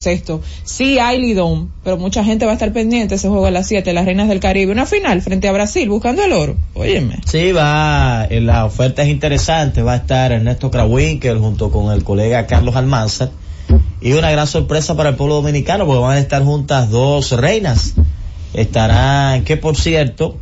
sexto. Sí hay Lidón, pero mucha gente va a estar pendiente ese juego a las 7, las Reinas del Caribe, una final frente a Brasil, buscando el oro. Óyeme. Sí, la oferta es interesante, va a estar Ernesto Krawinkel junto con el colega Carlos Almanzar, y una gran sorpresa para el pueblo dominicano, porque van a estar juntas dos reinas. Estarán, que por cierto,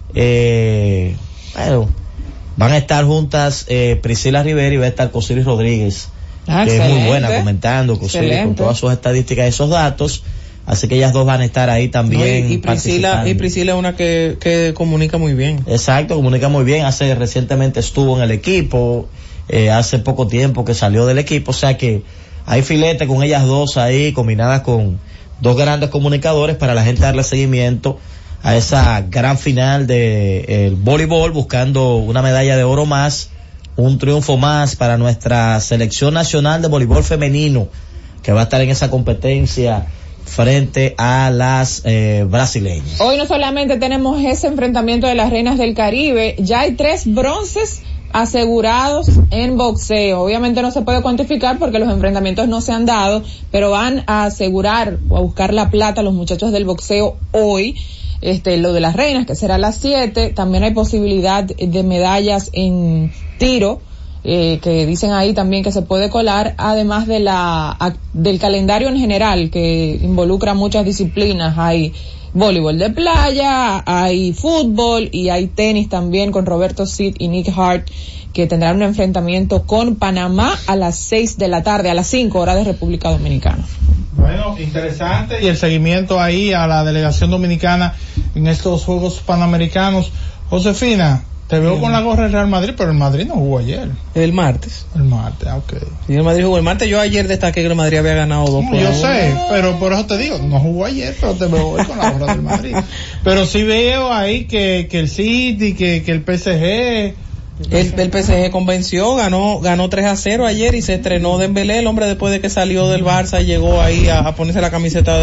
van a estar juntas Priscila Rivera y va a estar Cosiris Rodríguez, que es muy buena comentando, Cosiris, con todas sus estadísticas y esos datos. Así que ellas dos van a estar ahí también. No, y Priscila es una que comunica muy bien. Exacto, comunica muy bien. Recientemente estuvo en el equipo, hace poco tiempo que salió del equipo, o sea que hay filete con ellas dos ahí, combinadas con dos grandes comunicadores, para la gente darle seguimiento a esa gran final de el voleibol, buscando una medalla de oro más, un triunfo más para nuestra selección nacional de voleibol femenino, que va a estar en esa competencia frente a las brasileñas. Hoy no solamente tenemos ese enfrentamiento de las Reinas del Caribe, ya hay 3 bronces asegurados en boxeo. Obviamente no se puede cuantificar porque los enfrentamientos no se han dado, pero van a asegurar o a buscar la plata los muchachos del boxeo hoy. Lo de las reinas, que será a las 7, también hay posibilidad de medallas en tiro, que dicen ahí también que se puede colar, además de del calendario en general, que involucra muchas disciplinas. Hay voleibol de playa, hay fútbol y hay tenis también, con Roberto Cid y Nick Hart, que tendrán un enfrentamiento con Panamá a las 6 de la tarde, a las 5 horas de República Dominicana. Bueno, interesante, y el seguimiento ahí a la delegación dominicana en estos Juegos Panamericanos. Josefina, te veo con la gorra del Real Madrid, pero el Madrid no jugó ayer. El martes, ok. Sí, el Madrid jugó el martes. Yo ayer destaqué que el Madrid había ganado 2-1. Yo sé, pero por eso te digo, no jugó ayer, pero te veo hoy con la gorra del Madrid. Pero sí veo ahí que el City, que el PSG... El PSG convenció, ganó 3-0 ayer, y se estrenó Dembélé, el hombre, después de que salió del Barça, llegó ahí a ponerse la camiseta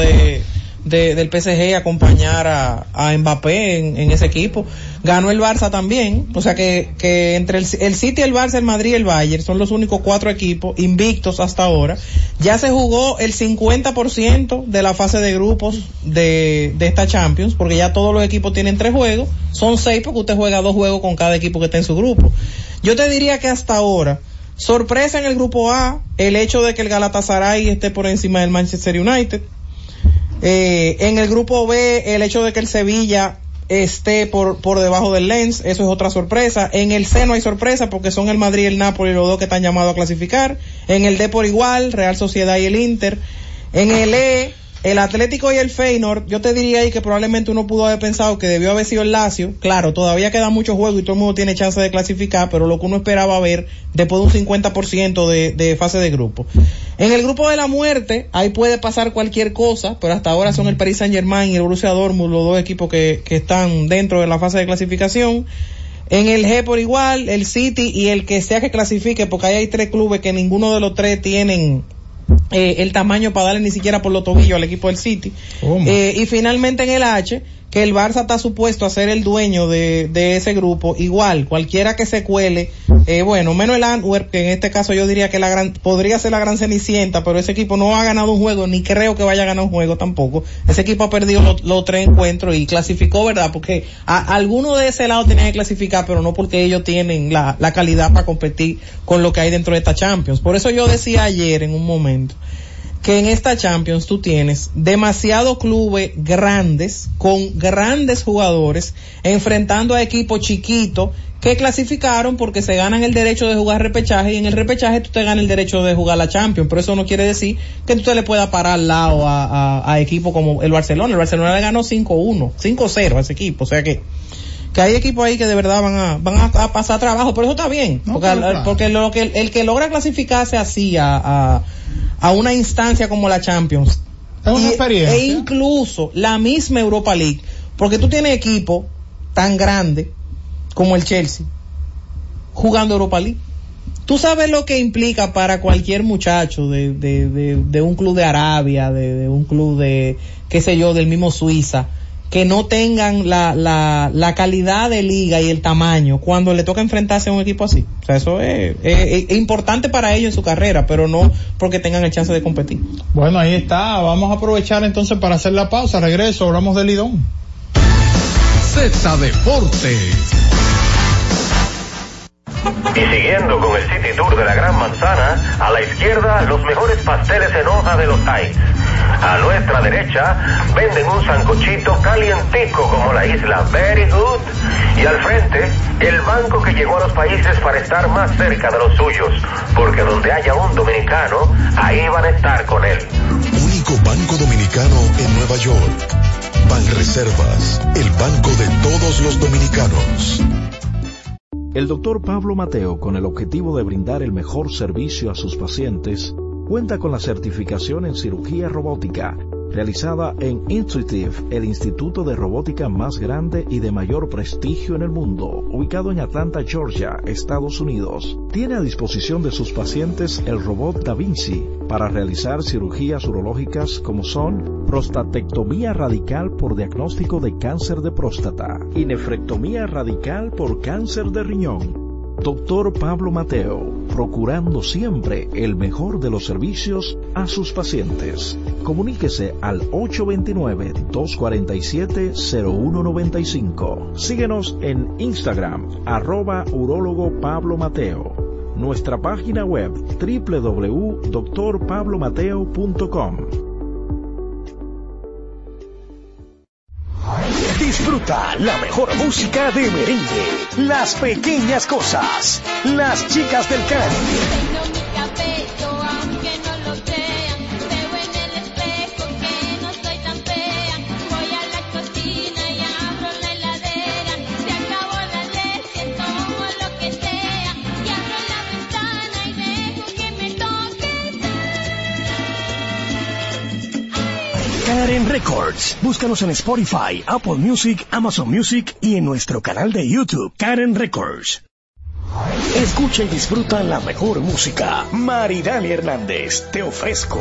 del PSG y acompañar a Mbappé en ese equipo. Ganó el Barça también, o sea que entre el City, el Barça, el Madrid y el Bayern son los únicos 4 equipos invictos hasta ahora. Ya se jugó el 50% de la fase de grupos de esta Champions, porque ya todos los equipos tienen 3 juegos, son 6 porque usted juega 2 juegos con cada equipo que está en su grupo. Yo te diría que hasta ahora, sorpresa en el grupo A, el hecho de que el Galatasaray esté por encima del Manchester United. En el grupo B, el hecho de que el Sevilla esté por debajo del Lens, eso es otra sorpresa. En el C no hay sorpresa, porque son el Madrid y el Napoli los dos que están llamados a clasificar. En el D por igual, Real Sociedad y el Inter. En el E, el Atlético y el Feyenoord. Yo te diría ahí que probablemente uno pudo haber pensado que debió haber sido el Lazio. Claro, todavía quedan muchos juegos y todo el mundo tiene chance de clasificar, pero lo que uno esperaba ver después de un 50% de fase de grupo. En el grupo de la muerte, ahí puede pasar cualquier cosa, pero hasta ahora son el Paris Saint-Germain y el Borussia Dortmund los dos equipos que están dentro de la fase de clasificación. En el G por igual, el City y el que sea que clasifique, porque ahí hay 3 clubes que ninguno de los 3 tienen el tamaño para darle ni siquiera por los tobillos al equipo del City. Y finalmente en el H, que el Barça está supuesto a ser el dueño de ese grupo. Igual, cualquiera que se cuele, menos el Antwerp, que en este caso yo diría que podría ser la gran cenicienta, pero ese equipo no ha ganado un juego, ni creo que vaya a ganar un juego tampoco. Ese equipo ha perdido los 3 encuentros y clasificó, ¿verdad? Porque alguno de ese lado tenía que clasificar, pero no porque ellos tienen la calidad para competir con lo que hay dentro de esta Champions. Por eso yo decía ayer en un momento que en esta Champions tú tienes demasiados clubes grandes, con grandes jugadores, enfrentando a equipos chiquitos que clasificaron porque se ganan el derecho de jugar repechaje, y en el repechaje tú te ganas el derecho de jugar la Champions. Pero eso no quiere decir que tú te le puedas parar al lado a equipos como el Barcelona. El Barcelona le ganó 5-1, 5-0 a ese equipo, o sea que hay equipos ahí que de verdad van a pasar trabajo, pero eso está bien, porque el que logra clasificarse así a una instancia como la Champions, es una experiencia, e incluso la misma Europa League, porque tú tienes equipos tan grandes como el Chelsea jugando Europa League. Tú sabes lo que implica para cualquier muchacho de un club de Arabia, de un club de, qué sé yo, del mismo Suiza, que no tengan la calidad de liga y el tamaño cuando le toca enfrentarse a un equipo así. O sea, eso es importante para ellos en su carrera, pero no porque tengan el chance de competir. Bueno, ahí está. Vamos a aprovechar entonces para hacer la pausa. Regreso, hablamos del Lidón. Z Deportes. Y siguiendo con el City Tour de la Gran Manzana, a la izquierda los mejores pasteles en hoja de los Heights. A nuestra derecha venden un sancochito calientico como la isla Very Good. Y al frente, el banco que llegó a los países para estar más cerca de los suyos, porque donde haya un dominicano, ahí van a estar con él. Único banco dominicano en Nueva York. Banreservas, el banco de todos los dominicanos. El Dr. Pablo Mateo, con el objetivo de brindar el mejor servicio a sus pacientes, cuenta con la certificación en cirugía robótica, realizada en Intuitive, el instituto de robótica más grande y de mayor prestigio en el mundo, ubicado en Atlanta, Georgia, Estados Unidos. Tiene a disposición de sus pacientes el robot Da Vinci para realizar cirugías urológicas como son prostatectomía radical por diagnóstico de cáncer de próstata y nefrectomía radical por cáncer de riñón. Dr. Pablo Mateo, procurando siempre el mejor de los servicios a sus pacientes. Comuníquese al 829-247-0195. Síguenos en Instagram, @urólogo Pablo Mateo. Nuestra página web, www.drpablomateo.com. Disfruta la mejor música de merengue, las pequeñas cosas, las chicas del Caribe. Tengo mi cabello, aunque no lo crean, veo en el espejo que no soy tan fea. Voy a la cocina y abro la heladera, se acabó la leche, tomo lo que sea, y abro la ventana y dejo que me toque. Karen Records. Búscanos en Spotify, Apple Music, Amazon Music y en nuestro canal de YouTube, Karen Records. Escucha y disfruta la mejor música. Maridani Hernández, te ofrezco.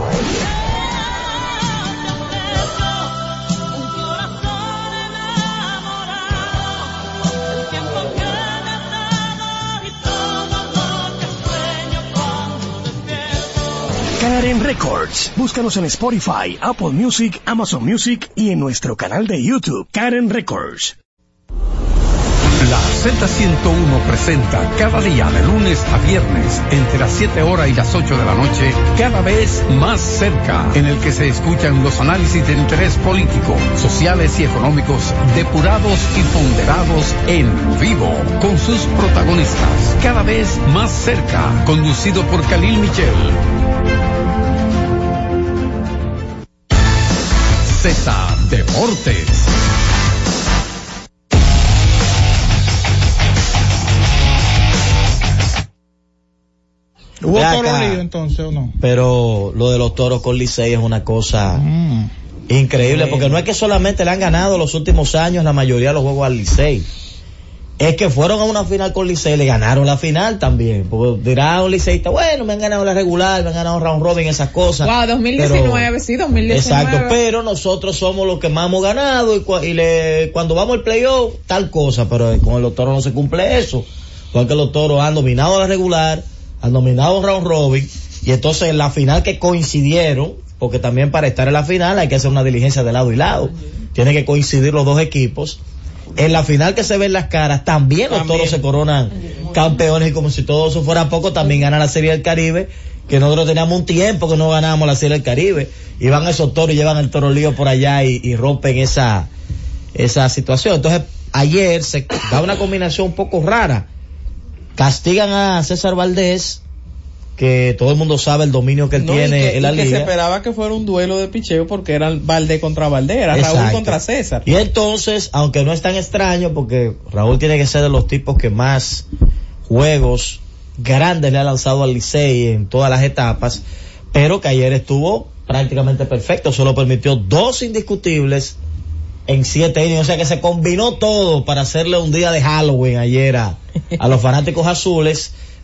Karen Records. Búscanos en Spotify, Apple Music, Amazon Music y en nuestro canal de YouTube, Karen Records. La Z101 presenta cada día de lunes a viernes entre las 7 horas y las 8 de la noche, cada vez más cerca, en el que se escuchan los análisis de interés político, sociales y económicos depurados y ponderados en vivo con sus protagonistas. Cada vez más cerca, conducido por Khalil Michel. Z Deportes. ¿Hubo toro lío entonces o no? Pero lo de los toros con Licey es una cosa increíble, porque no es que solamente le han ganado los últimos años la mayoría de los juegos al Licey, es que fueron a una final con Licey y le ganaron la final también, porque dirá un liceísta, bueno, me han ganado la regular, me han ganado round robin, esas cosas. Wow, 2019, pero, sí, 2019. Exacto, pero nosotros somos los que más hemos ganado y cuando vamos al playoff, tal cosa, pero con los toros no se cumple eso, porque los toros han dominado la regular, han dominado round robin, y entonces en la final que coincidieron, porque también para estar en la final hay que hacer una diligencia de lado y lado, tienen que coincidir los dos equipos. En la final que se ven las caras, también los toros se coronan campeones, y como si todo eso fuera poco, también ganan la Serie del Caribe, que nosotros teníamos un tiempo que no ganábamos la Serie del Caribe, y van esos toros y llevan el toro lío por allá y rompen esa situación. Entonces ayer se da una combinación un poco rara, castigan a César Valdés, que todo el mundo sabe el dominio que él tiene en la liga. Que se esperaba que fuera un duelo de picheo porque era Valdés contra Valdés, era Exacto. Raúl contra César. Y entonces, aunque no es tan extraño, porque Raúl tiene que ser de los tipos que más juegos grandes le ha lanzado al Licey en todas las etapas, pero que ayer estuvo prácticamente perfecto, solo permitió 2 indiscutibles en 7 innings, o sea que se combinó todo para hacerle un día de Halloween ayer a los fanáticos azules.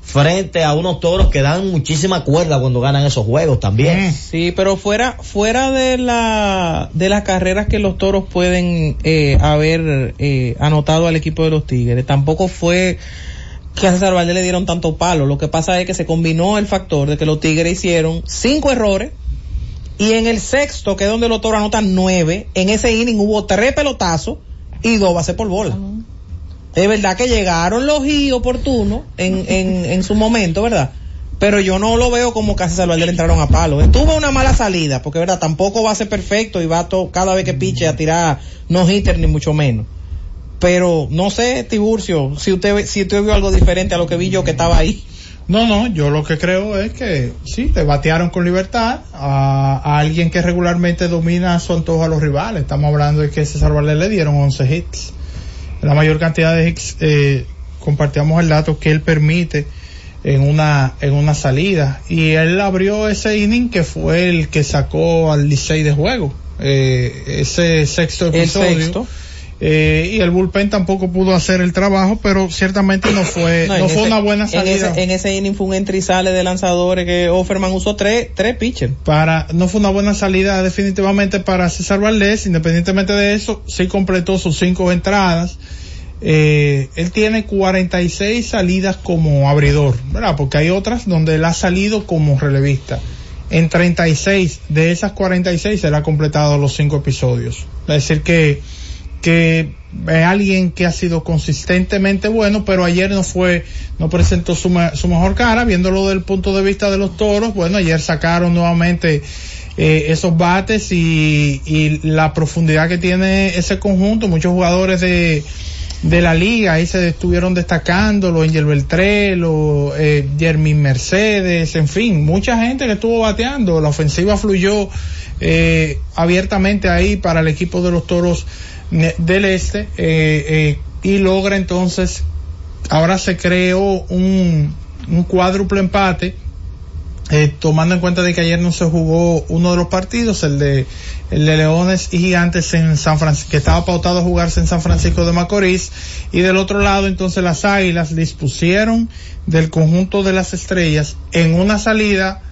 frente a unos Toros que dan muchísima cuerda cuando ganan esos juegos también. Sí, pero fuera de las carreras que los Toros pueden haber anotado al equipo de los Tigres, tampoco fue que a César Valdés le dieron tanto palo. Lo que pasa es que se combinó el factor de que los Tigres hicieron 5 errores y en el sexto, que es donde los Toros anotan 9, en ese inning hubo 3 pelotazos y 2 bases por bola. Es verdad que llegaron los y oportunos en su momento, ¿verdad? Pero yo no lo veo como que a César Valdés le entraron a palo. Tuvo una mala salida, porque verdad, tampoco va a ser perfecto y va cada vez que piche a tirar no hitter ni mucho menos. Pero no sé, Tiburcio, si usted vio algo diferente a lo que vi yo que estaba ahí. No, yo lo que creo es que sí, le batearon con libertad a alguien que regularmente domina a su antojo a los rivales. Estamos hablando de que César Valdés le dieron 11 hits. La mayor cantidad de hits, compartíamos el dato que él permite en una salida. Y él abrió ese inning que fue el que sacó al Licey de juego. Ese sexto episodio. El sexto. Y el bullpen tampoco pudo hacer el trabajo, pero ciertamente no fue una buena salida. En ese inning fue un entra y sale de lanzadores que Offerman usó tres pitchers. No fue una buena salida definitivamente para César Valdés. Independientemente de eso, sí completó sus 5 entradas. Él tiene 46 salidas como abridor, ¿verdad? Porque hay otras donde él ha salido como relevista. En 36 de esas 46 él ha completado los 5 episodios. Es decir que es alguien que ha sido consistentemente bueno, pero ayer no presentó su mejor cara. Viéndolo del punto de vista de los Toros, bueno, ayer sacaron nuevamente esos bates y la profundidad que tiene ese conjunto. Muchos jugadores de la liga ahí se estuvieron destacando, los Angel Beltré, los Jermín Mercedes, en fin, mucha gente que estuvo bateando. La ofensiva fluyó abiertamente ahí para el equipo de los Toros del Este, y logra entonces, ahora se creó un cuádruple empate, tomando en cuenta de que ayer no se jugó uno de los partidos, el de Leones y Gigantes en San Francisco, que estaba pautado a jugarse en San Francisco de Macorís, y del otro lado entonces las Águilas dispusieron del conjunto de las Estrellas en una salida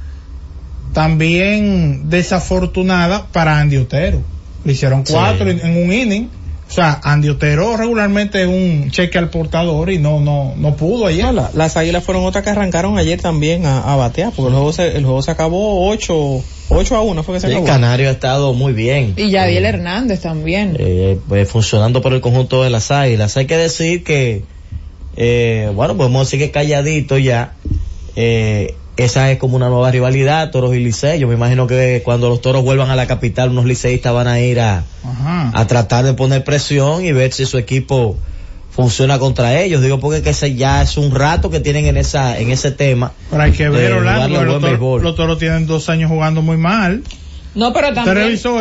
también desafortunada para Andy Otero. Le hicieron 4 en un inning. O sea, Andy Otero regularmente es un cheque al portador y no pudo ayer. No, las Águilas fueron otras que arrancaron ayer también a batear, porque el juego se acabó 8-1 fue que se acabó. El Canario ha estado muy bien. Y Yadiel Hernández también. Pues funcionando por el conjunto de las Águilas. Hay que decir que, podemos decir que calladito ya, esa es como una nueva rivalidad, Toros y Licey. Yo me imagino que cuando los Toros vuelvan a la capital, unos liceístas van a ir a tratar de poner presión y ver si su equipo funciona contra ellos. Digo porque ese ya es un rato que tienen en ese tema. Pero hay que ver, Orlando, los Toros tienen 2 años jugando muy mal. No, pero también,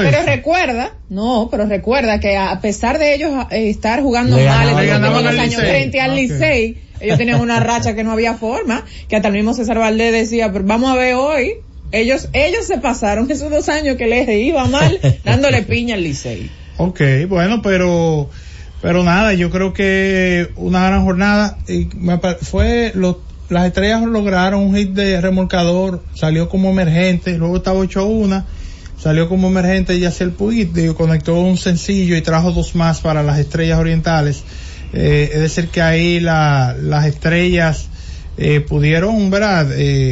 recuerda que a pesar de ellos estar jugando mal en los últimos años frente al Licey, ellos tenían una racha que no había forma, que hasta el mismo César Valdés decía, pero vamos a ver hoy, ellos se pasaron esos 2 años que les iba mal dándole piña al Licey. Okay, bueno, pero nada, yo creo que una gran jornada. Las Estrellas lograron un hit de remolcador, salió como emergente, luego estaba 8-1, salió como emergente y hacia el Puig, conectó un sencillo y trajo 2 más para las Estrellas Orientales. Es decir que ahí las Estrellas pudieron, ¿verdad?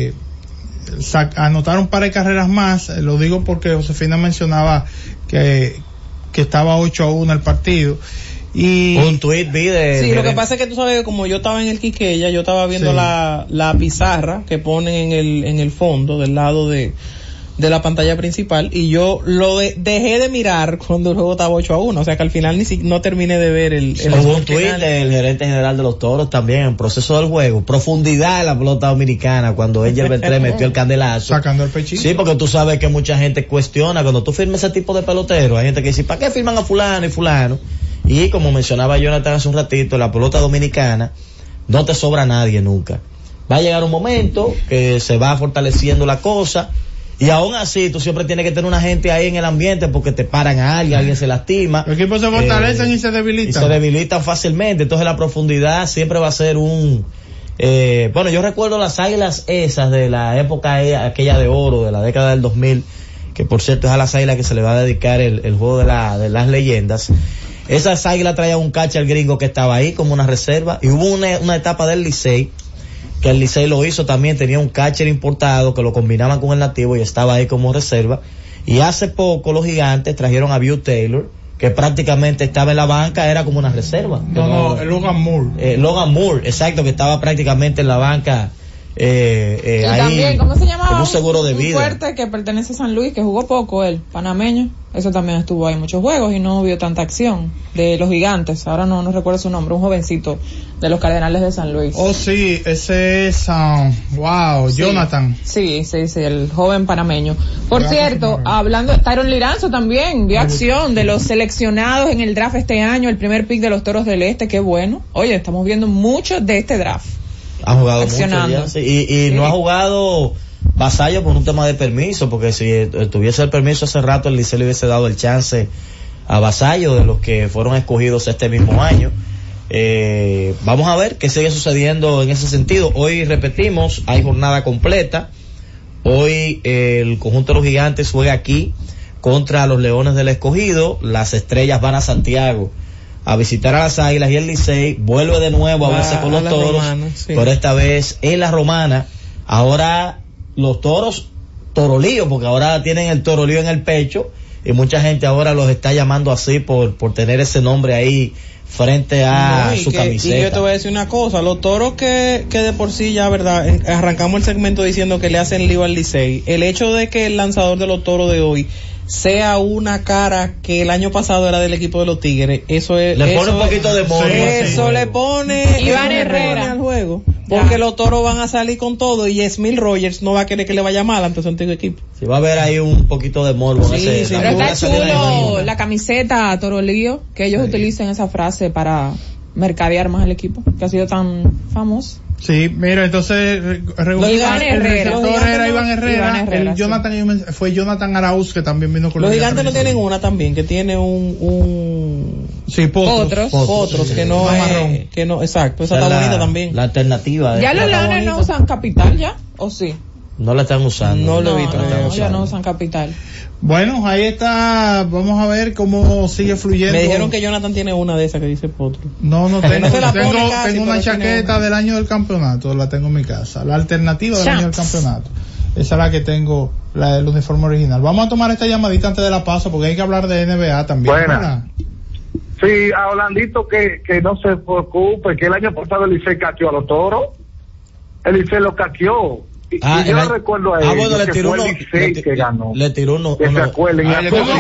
Anotar un par de carreras más. Lo digo porque Josefina mencionaba que estaba 8-1 el partido. Y un tweet vi de... Sí, lo que pasa es que tú sabes que como yo estaba en el Quiqueya, yo estaba viendo la pizarra que ponen en el fondo del lado de la pantalla principal, y yo lo dejé de mirar cuando el juego estaba 8-1, o sea que al final no terminé de ver el hubo un tuit del gerente general de los Toros también en proceso del juego, profundidad de la pelota dominicana cuando Angel Beltré metió el candelazo, sacando el pechito. Sí, porque tú sabes que mucha gente cuestiona cuando tú firmas ese tipo de pelotero, hay gente que dice, ¿para qué firman a fulano y fulano? Y como mencionaba Jonathan hace un ratito, la pelota dominicana no te sobra nadie nunca. Va a llegar un momento que se va fortaleciendo la cosa, y aún así tú siempre tienes que tener una gente ahí en el ambiente porque te paran a alguien se lastima. Los equipos se fortalecen y se debilitan. Y se debilitan fácilmente. Entonces la profundidad siempre va a ser un Bueno, yo recuerdo las Águilas esas de la época aquella de oro, de la década del 2000, que por cierto es a las Águilas que se le va a dedicar el juego de las leyendas. Esas Águilas traían un catcher gringo que estaba ahí como una reserva, y hubo una etapa del Licey, que el Licey lo hizo también, tenía un catcher importado que lo combinaban con el nativo y estaba ahí como reserva. Y hace poco los Gigantes trajeron a Bill Taylor, que prácticamente estaba en la banca, era como una reserva. Logan Moore. Logan Moore, exacto, que estaba prácticamente en la banca. Y ahí, también, ¿cómo se llamaba? Como un seguro de vida. Un fuerte que pertenece a San Luis, que jugó poco, él, panameño. Eso también estuvo ahí en muchos juegos y no vio tanta acción de los Gigantes. Ahora no recuerdo su nombre, un jovencito de los Cardenales de San Luis. Oh, sí, ese es, sí. Jonathan. Sí, el joven panameño. Por cierto, hablando, Tyron Liranzo también vio acción de los seleccionados en el draft este año, el primer pick de los Toros del Este, qué bueno. Oye, estamos viendo mucho de este draft. Ha jugado mucho ya, sí. Y no ha jugado Vasallo por un tema de permiso, porque si tuviese el permiso hace rato el Licey le hubiese dado el chance a Vasallo, de los que fueron escogidos este mismo año. Vamos a ver qué sigue sucediendo en ese sentido. Hoy repetimos, hay jornada completa. Hoy el conjunto de los Gigantes juega aquí contra los Leones del Escogido. Las Estrellas van a Santiago a visitar a las Águilas, y el Licey vuelve de nuevo a verse con los Toros, Romana, sí. Pero esta vez en la Romana. Ahora los Toros, Torolío, porque ahora tienen el Torolío en el pecho, y mucha gente ahora los está llamando así por tener ese nombre ahí frente a su camiseta. Y yo te voy a decir una cosa, los Toros que de por sí ya, verdad, arrancamos el segmento diciendo que le hacen lío al Licey. El hecho de que el lanzador de los Toros de hoy sea una cara que el año pasado era del equipo de los Tigres, eso es... Le pone un poquito de morbo. Eso le pone... Iván Herrera al juego. Porque los Toros van a salir con todo, y Smil Rogers no va a querer que le vaya mal ante su antiguo equipo. Sí, va a haber ahí un poquito de morbo. Sí, pero está chulo la camiseta Torolío, que ellos utilicen esa frase para mercadear más el equipo, que ha sido tan famoso. Sí, mira, entonces Iván Herrera, Iván Herrera, fue Jonathan Arauz, que también vino con los Gigantes. No tienen una también, que tiene sí, Potros, que no es marrón. Que no, exacto, esa está bonita también. La alternativa. ¿Ya los Leones no usan capital ya? ¿O sí? No la están usando. No lo he visto. Ya no usan capital. Bueno, ahí está, vamos a ver cómo sigue fluyendo. Me dijeron que Jonathan tiene una de esas que dice Potro. No tengo, tengo una chaqueta del año del campeonato, la tengo en mi casa, la alternativa del año del campeonato. Esa es la que tengo, la del uniforme original. Vamos a tomar esta llamadita antes de la pausa, porque hay que hablar de NBA también. Buena. Sí, a Orlandito que no se preocupe, que el año pasado el Licey caqueó a los Toros. El Licey lo caqueó. Y yo recuerdo a él, bueno, que fue el Licey que ganó. Le tiró uno. Que se acuerden.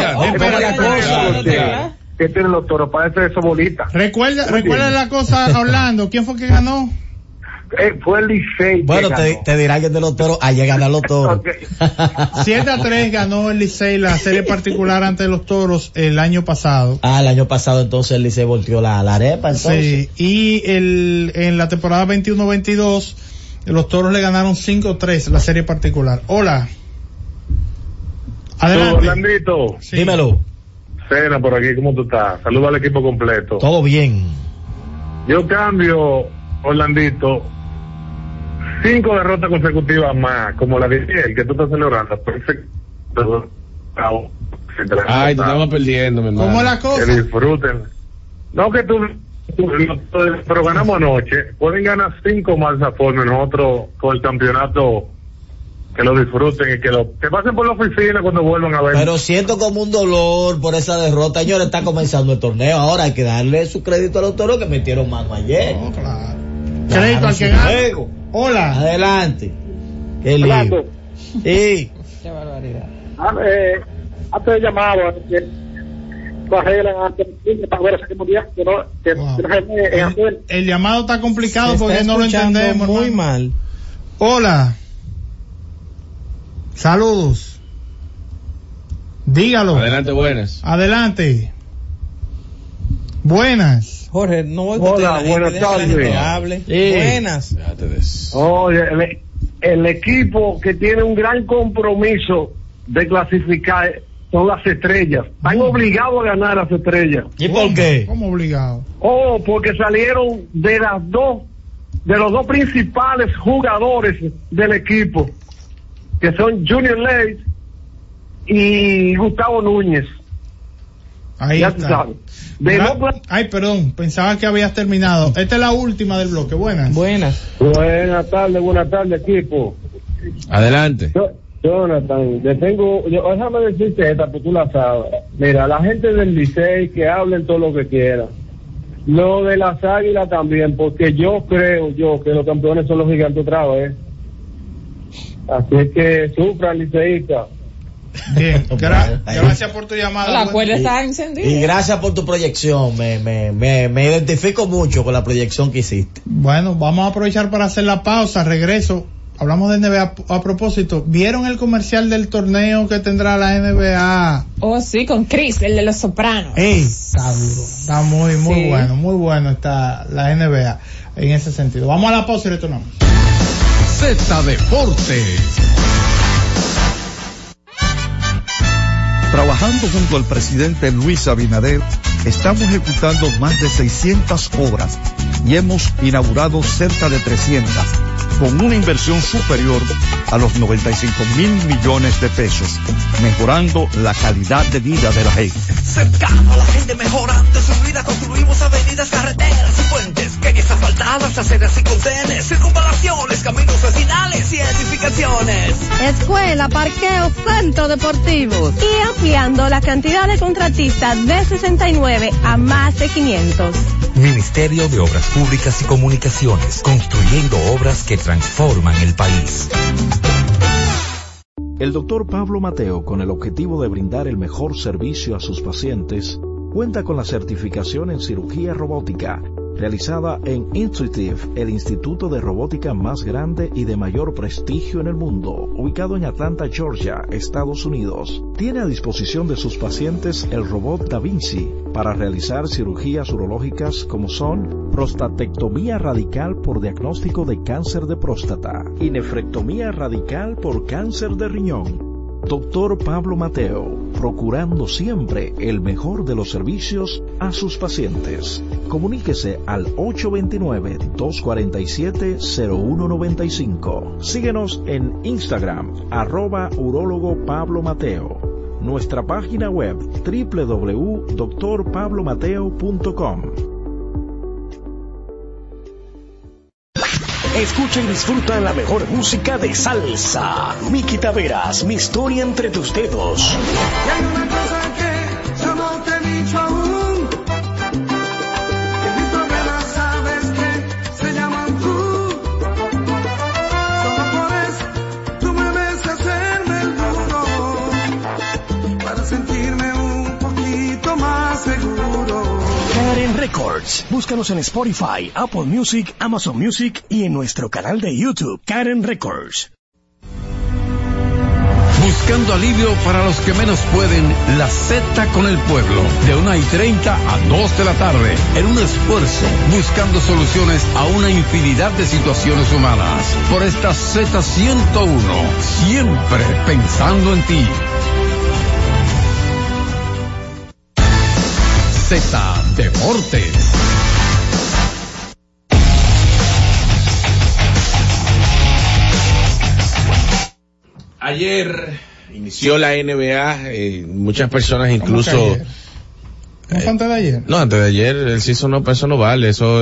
Que tienen los Toros, parece eso bolita. Recuerda la cosa, Orlando, ¿quién fue que ganó? Fue el Licey. Bueno, te dirán que de los Toros, ayer ganan los Toros. 7-3 ganó el Licey la serie particular ante los Toros el año pasado. El año pasado entonces el Licey volteó la arepa, entonces. Sí, y en la temporada 21-22 los Toros le ganaron 5-3 la serie particular. Hola. Adelante. Orlandito. Sí. Dímelo. Cena por aquí, ¿cómo tú estás? Saludos al equipo completo. Todo bien. Yo cambio, Orlandito, 5 derrotas consecutivas más, como la de ayer, que tú estás celebrando. Ay, te estamos perdiendo, mi hermano. ¿Cómo es la cosa? Que disfruten. No, que tú pero ganamos anoche. Pueden ganar 5 más de esa forma, nosotros con el campeonato, que lo disfruten y que pasen por la oficina cuando vuelvan a ver. Pero siento como un dolor por esa derrota. Señores, está comenzando el torneo. Ahora hay que darle su crédito a los Toros que metieron mano ayer. No, claro. Crédito al que gana. Hola. Adelante. Qué lío. Sí. Qué barbaridad. Antes llamaba el llamado está complicado porque no lo entendemos. Muy mal. Hola. Saludos. Dígalo. Adelante, buenas. Adelante. Buenas. Jorge, no voy con buenas tardes. Sí. Buenas. Oye, el equipo que tiene un gran compromiso de clasificar son las Estrellas. Están obligados a ganar las Estrellas. ¿Y por qué? ¿Cómo obligado? Porque salieron de las dos de los dos principales jugadores del equipo, que son Junior Leite y Gustavo Núñez. Ahí ya está. Ay, perdón, pensaba que habías terminado. Esta es la última del bloque. Buenas. Buenas tardes, equipo. Adelante. Jonathan, déjame decirte esta, porque tú la sabes. Mira, la gente del Licey que hablen todo lo que quieran. Lo de las Águilas también, porque yo creo que los campeones son los Gigantes otra vez. Así es que sufran, liceístas. Bien, gracias por tu llamada. La cuerda está encendida. Y gracias por tu proyección. Me identifico mucho con la proyección que hiciste. Bueno, vamos a aprovechar para hacer la pausa. Regreso. Hablamos de NBA a propósito. ¿Vieron el comercial del torneo que tendrá la NBA? Oh, sí, con Chris, el de Los Sopranos. Está duro. Está muy bueno está la NBA en ese sentido. Vamos a la pausa y retornamos. Z Deportes. Trabajando junto al presidente Luis Abinader, estamos ejecutando más de 600 obras y hemos inaugurado cerca de 300, con una inversión superior a los 95,000 millones de pesos, mejorando la calidad de vida de la gente. Cercano a la gente, mejorando su vida, construimos avenidas, carreteras y puentes, calles asfaltadas, aceras y contenes, circunvalaciones, caminos vecinales y edificaciones. Escuela, parqueo, centro deportivo y ampliando la cantidad de contratistas de 69 a más de 500. Ministerio de Obras Públicas y Comunicaciones, construyendo obras que transforman el país. El doctor Pablo Mateo, con el objetivo de brindar el mejor servicio a sus pacientes, cuenta con la certificación en cirugía robótica, realizada en Intuitive, el instituto de robótica más grande y de mayor prestigio en el mundo, ubicado en Atlanta, Georgia, Estados Unidos. Tiene a disposición de sus pacientes el robot Da Vinci para realizar cirugías urológicas como son prostatectomía radical por diagnóstico de cáncer de próstata y nefrectomía radical por cáncer de riñón. Doctor Pablo Mateo, procurando siempre el mejor de los servicios a sus pacientes. Comuníquese al 829-247-0195. Síguenos en Instagram, @urólogo Pablo Mateo. Nuestra página web, www.drpablomateo.com. Escucha y disfruta la mejor música de salsa. Miki Taveras, mi historia entre tus dedos. Y hay una cosa que yo no te he dicho aún, que mis problemas sabes que se llaman tú. Solo por eso tú me ves hacerme el duro, para sentirme un poquito más seguro. Karen Records. Búscanos en Spotify, Apple Music, Amazon Music y en nuestro canal de YouTube, Karen Records. Buscando alivio para los que menos pueden, la Z con el pueblo, de 1:30 a 2 de la tarde, en un esfuerzo, buscando soluciones a una infinidad de situaciones humanas. Por esta Z101, siempre pensando en ti. Z Deportes. Ayer inició la NBA, muchas personas incluso... ¿No fue antes de ayer? No, antes de ayer, el season no, eso no vale, eso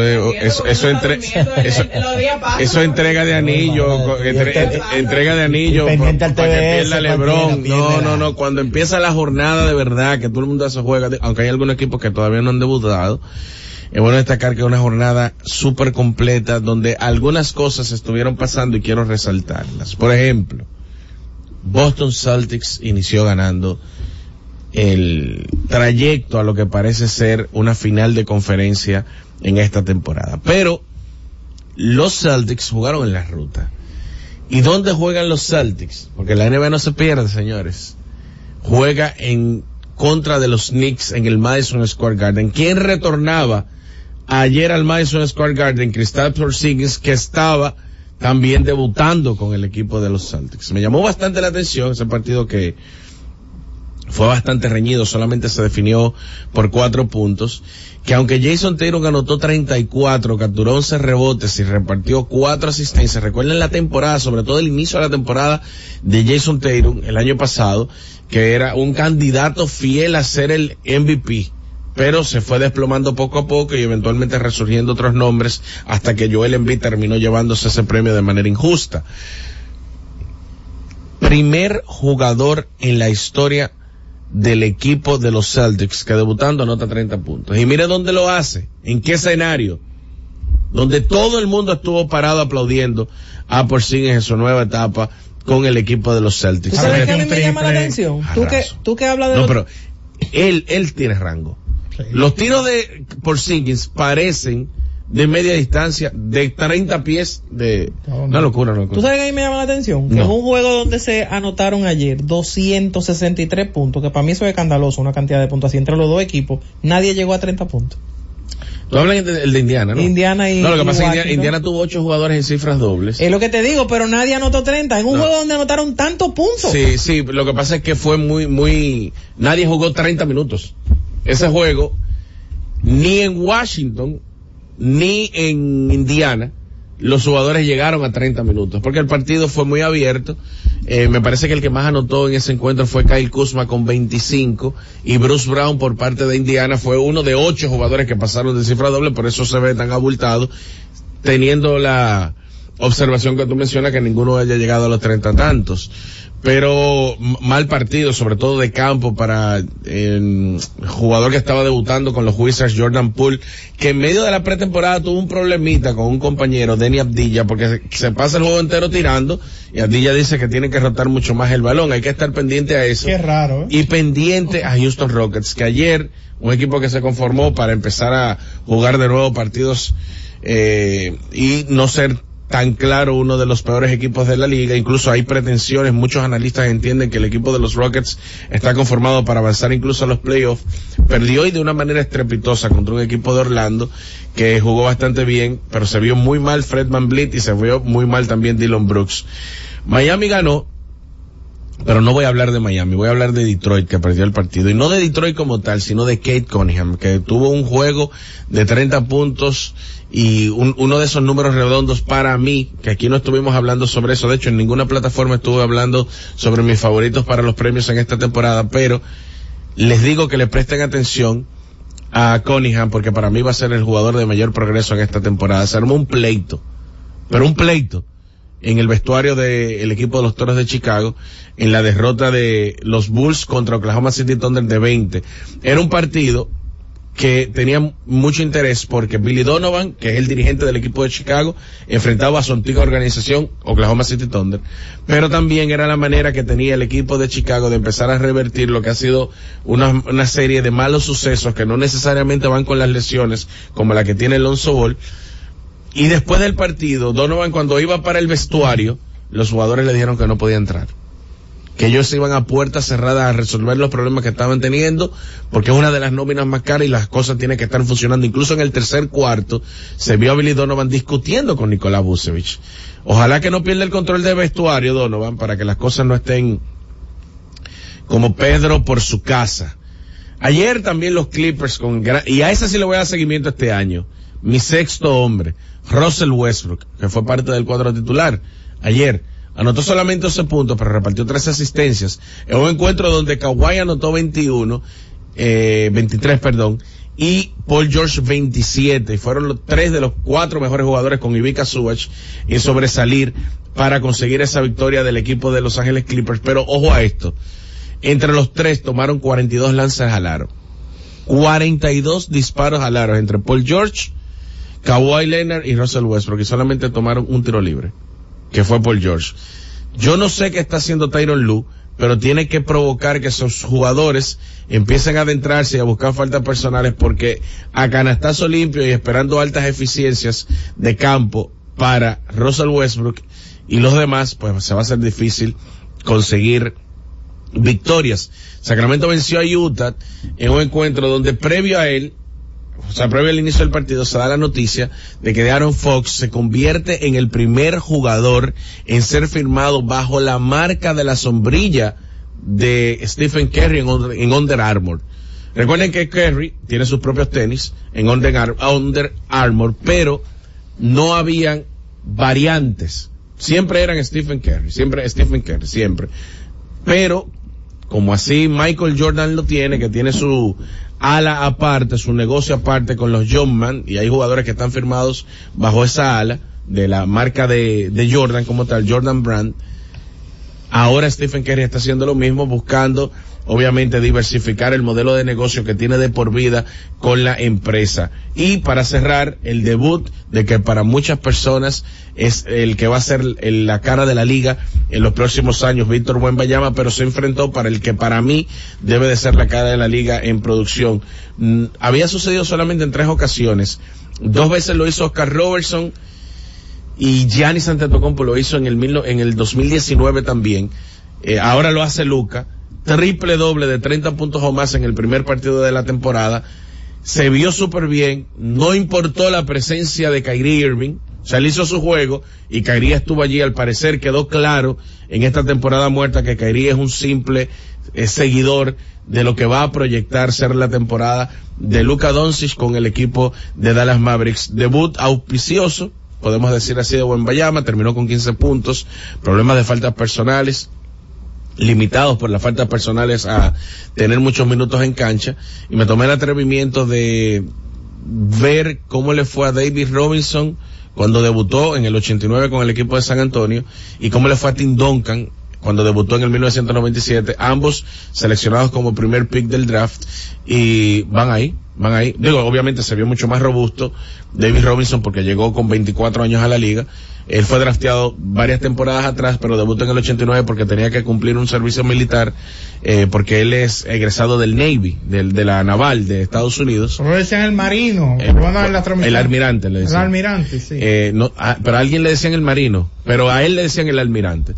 entrega de anillo, entrega de anillo, para que pierda LeBron. No, cuando empieza la jornada de verdad, que todo el mundo se juega, aunque hay algunos equipos que todavía no han debutado, es bueno destacar que es una jornada súper completa, donde algunas cosas estuvieron pasando y quiero resaltarlas. Por ejemplo, Boston Celtics inició ganando el trayecto a lo que parece ser una final de conferencia en esta temporada. Pero los Celtics jugaron en la ruta. ¿Y dónde juegan los Celtics? Porque la NBA no se pierde, señores. Juega en contra de los Knicks en el Madison Square Garden. ¿Quién retornaba ayer al Madison Square Garden? Kristaps Porzingis, que estaba también debutando con el equipo de los Celtics. Me llamó bastante la atención ese partido que fue bastante reñido, solamente se definió por 4 puntos, que aunque Jason Tatum anotó 34, capturó 11 rebotes y repartió 4 asistencias, recuerden la temporada, sobre todo el inicio de la temporada de Jason Tatum el año pasado, que era un candidato fiel a ser el MVP, pero se fue desplomando poco a poco y eventualmente resurgiendo otros nombres hasta que Joel Embiid terminó llevándose ese premio de manera injusta. Primer jugador en la historia del equipo de los Celtics que debutando anota 30 puntos. Y mire dónde lo hace, en qué escenario, donde todo el mundo estuvo parado aplaudiendo a Porzingis en su nueva etapa con el equipo de los Celtics. ¿Tú sabes que a mí me llama la atención? Tú que hablas de... No, pero él tiene rango. Sí. Los tiros de Porzingis parecen de media distancia, de 30 pies, de una locura. ¿Tú sabes que a mí me llama la atención? Que en un juego donde se anotaron ayer 263 puntos, que para mí eso es escandaloso, una cantidad de puntos así entre los dos equipos, nadie llegó a 30 puntos. Tú hablas el de Indiana, ¿no? Indiana y... No, lo que pasa es que Indiana tuvo 8 jugadores en cifras dobles. Es lo que te digo, pero nadie anotó 30. En un juego donde anotaron tantos puntos. Sí, lo que pasa es que fue muy... Nadie jugó 30 minutos. Ese juego, ni en Washington, ni en Indiana, los jugadores llegaron a 30 minutos, porque el partido fue muy abierto. Me parece que el que más anotó en ese encuentro fue Kyle Kuzma con 25, y Bruce Brown por parte de Indiana fue uno de 8 jugadores que pasaron de cifra doble, por eso se ve tan abultado, teniendo la observación que tú mencionas que ninguno haya llegado a los 30 tantos. Pero mal partido, sobre todo de campo, para el jugador que estaba debutando con los Wizards, Jordan Poole, que en medio de la pretemporada tuvo un problemita con un compañero, Denny Abdilla, porque se pasa el juego entero tirando, y Abdilla dice que tiene que rotar mucho más el balón. Hay que estar pendiente a eso. Qué raro, ¿eh? Y pendiente a Houston Rockets, que ayer, un equipo que se conformó para empezar a jugar de nuevo partidos, y no ser tan claro uno de los peores equipos de la liga. Incluso hay pretensiones, muchos analistas entienden que el equipo de los Rockets está conformado para avanzar incluso a los playoffs. Perdió y de una manera estrepitosa contra un equipo de Orlando que jugó bastante bien, pero se vio muy mal Fred VanVleet y se vio muy mal también Dillon Brooks. Miami ganó, pero no voy a hablar de Miami, voy a hablar de Detroit, que perdió el partido, y no de Detroit como tal, sino de Cade Cunningham, que tuvo un juego de 30 puntos y uno de esos números redondos para mí, que aquí no estuvimos hablando sobre eso, de hecho en ninguna plataforma estuve hablando sobre mis favoritos para los premios en esta temporada, pero les digo que le presten atención a Cunningham, porque para mí va a ser el jugador de mayor progreso en esta temporada. Se armó un pleito, pero un pleito en el vestuario del equipo de los Toros de Chicago, en la derrota de los Bulls contra Oklahoma City Thunder de 20. Era un partido que tenía mucho interés porque Billy Donovan, que es el dirigente del equipo de Chicago, enfrentaba a su antigua organización, Oklahoma City Thunder, pero también era la manera que tenía el equipo de Chicago de empezar a revertir lo que ha sido una serie de malos sucesos que no necesariamente van con las lesiones, como la que tiene Lonzo Ball. Y después del partido, Donovan, cuando iba para el vestuario, los jugadores le dijeron que no podía entrar, que ellos iban a puerta cerrada a resolver los problemas que estaban teniendo, porque es una de las nóminas más caras y las cosas tienen que estar funcionando. Incluso en el tercer cuarto se vio a Billy Donovan discutiendo con Nikola Vucevic. Ojalá que no pierda el control del vestuario Donovan, para que las cosas no estén como Pedro por su casa. Ayer también los Clippers y a ese sí le voy a dar seguimiento este año, mi sexto hombre, Russell Westbrook, que fue parte del cuadro titular ayer. Anotó solamente 11 puntos, pero repartió 13 asistencias. En un encuentro donde Kawhi anotó 23, y Paul George 27. Y fueron los 3 de los 4 mejores jugadores con Ivica Zubac en sobresalir para conseguir esa victoria del equipo de Los Ángeles Clippers. Pero ojo a esto. Entre los 3 tomaron 42 lanzas al aro. 42 disparos al aro entre Paul George, Kawhi Leonard y Russell Westbrook, y solamente tomaron un tiro libre, que fue Paul George. Yo no sé qué está haciendo Tyronn Lue, pero tiene que provocar que esos jugadores empiecen a adentrarse y a buscar faltas personales, porque a canastazo limpio y esperando altas eficiencias de campo para Russell Westbrook y los demás, pues se va a hacer difícil conseguir victorias. Sacramento venció a Utah en un encuentro donde previo al inicio del partido se da la noticia de que De'Aaron Fox se convierte en el primer jugador en ser firmado bajo la marca de la sombrilla de Stephen Curry en Under Armour. Recuerden que Curry tiene sus propios tenis en Under Armour, pero no habían variantes. Siempre eran Stephen Curry. Pero, como así Michael Jordan lo tiene, que tiene su ala aparte, su negocio aparte con los Jumpman, y hay jugadores que están firmados bajo esa ala de la marca de Jordan como tal, Jordan Brand. Ahora Stephen Curry está haciendo lo mismo, buscando obviamente diversificar el modelo de negocio que tiene de por vida con la empresa. Y para cerrar, el debut de que para muchas personas es el que va a ser la cara de la liga en los próximos años, Víctor Wembanyama, pero se enfrentó para el que para mí debe de ser la cara de la liga en producción. Había sucedido solamente en 3 ocasiones. 2 veces lo hizo Oscar Robertson y Giannis Antetokounmpo lo hizo en el 2019 también. Ahora lo hace Luka. Triple doble de 30 puntos o más en el primer partido de la temporada. Se vio súper bien. No importó la presencia de Kyrie Irving. O sea, él hizo su juego y Kyrie estuvo allí. Al parecer quedó claro en esta temporada muerta que Kyrie es un simple seguidor de lo que va a proyectar ser la temporada de Luka Doncic con el equipo de Dallas Mavericks. Debut auspicioso, podemos decir así, de Wembanyama. Terminó con 15 puntos. Problemas de faltas personales, limitados por las faltas personales a tener muchos minutos en cancha, y me tomé el atrevimiento de ver cómo le fue a David Robinson cuando debutó en el 89 con el equipo de San Antonio, y cómo le fue a Tim Duncan cuando debutó en el 1997, ambos seleccionados como primer pick del draft, y van ahí. Digo, obviamente se vio mucho más robusto David Robinson porque llegó con 24 años a la liga. Él fue drafteado varias temporadas atrás, pero debutó en el 89 porque tenía que cumplir un servicio militar, porque él es egresado del Navy, de la Naval de Estados Unidos. Solo decían el marino, el almirante le decían. El almirante, sí. Pero a alguien le decían el marino, pero a él le decían el almirante.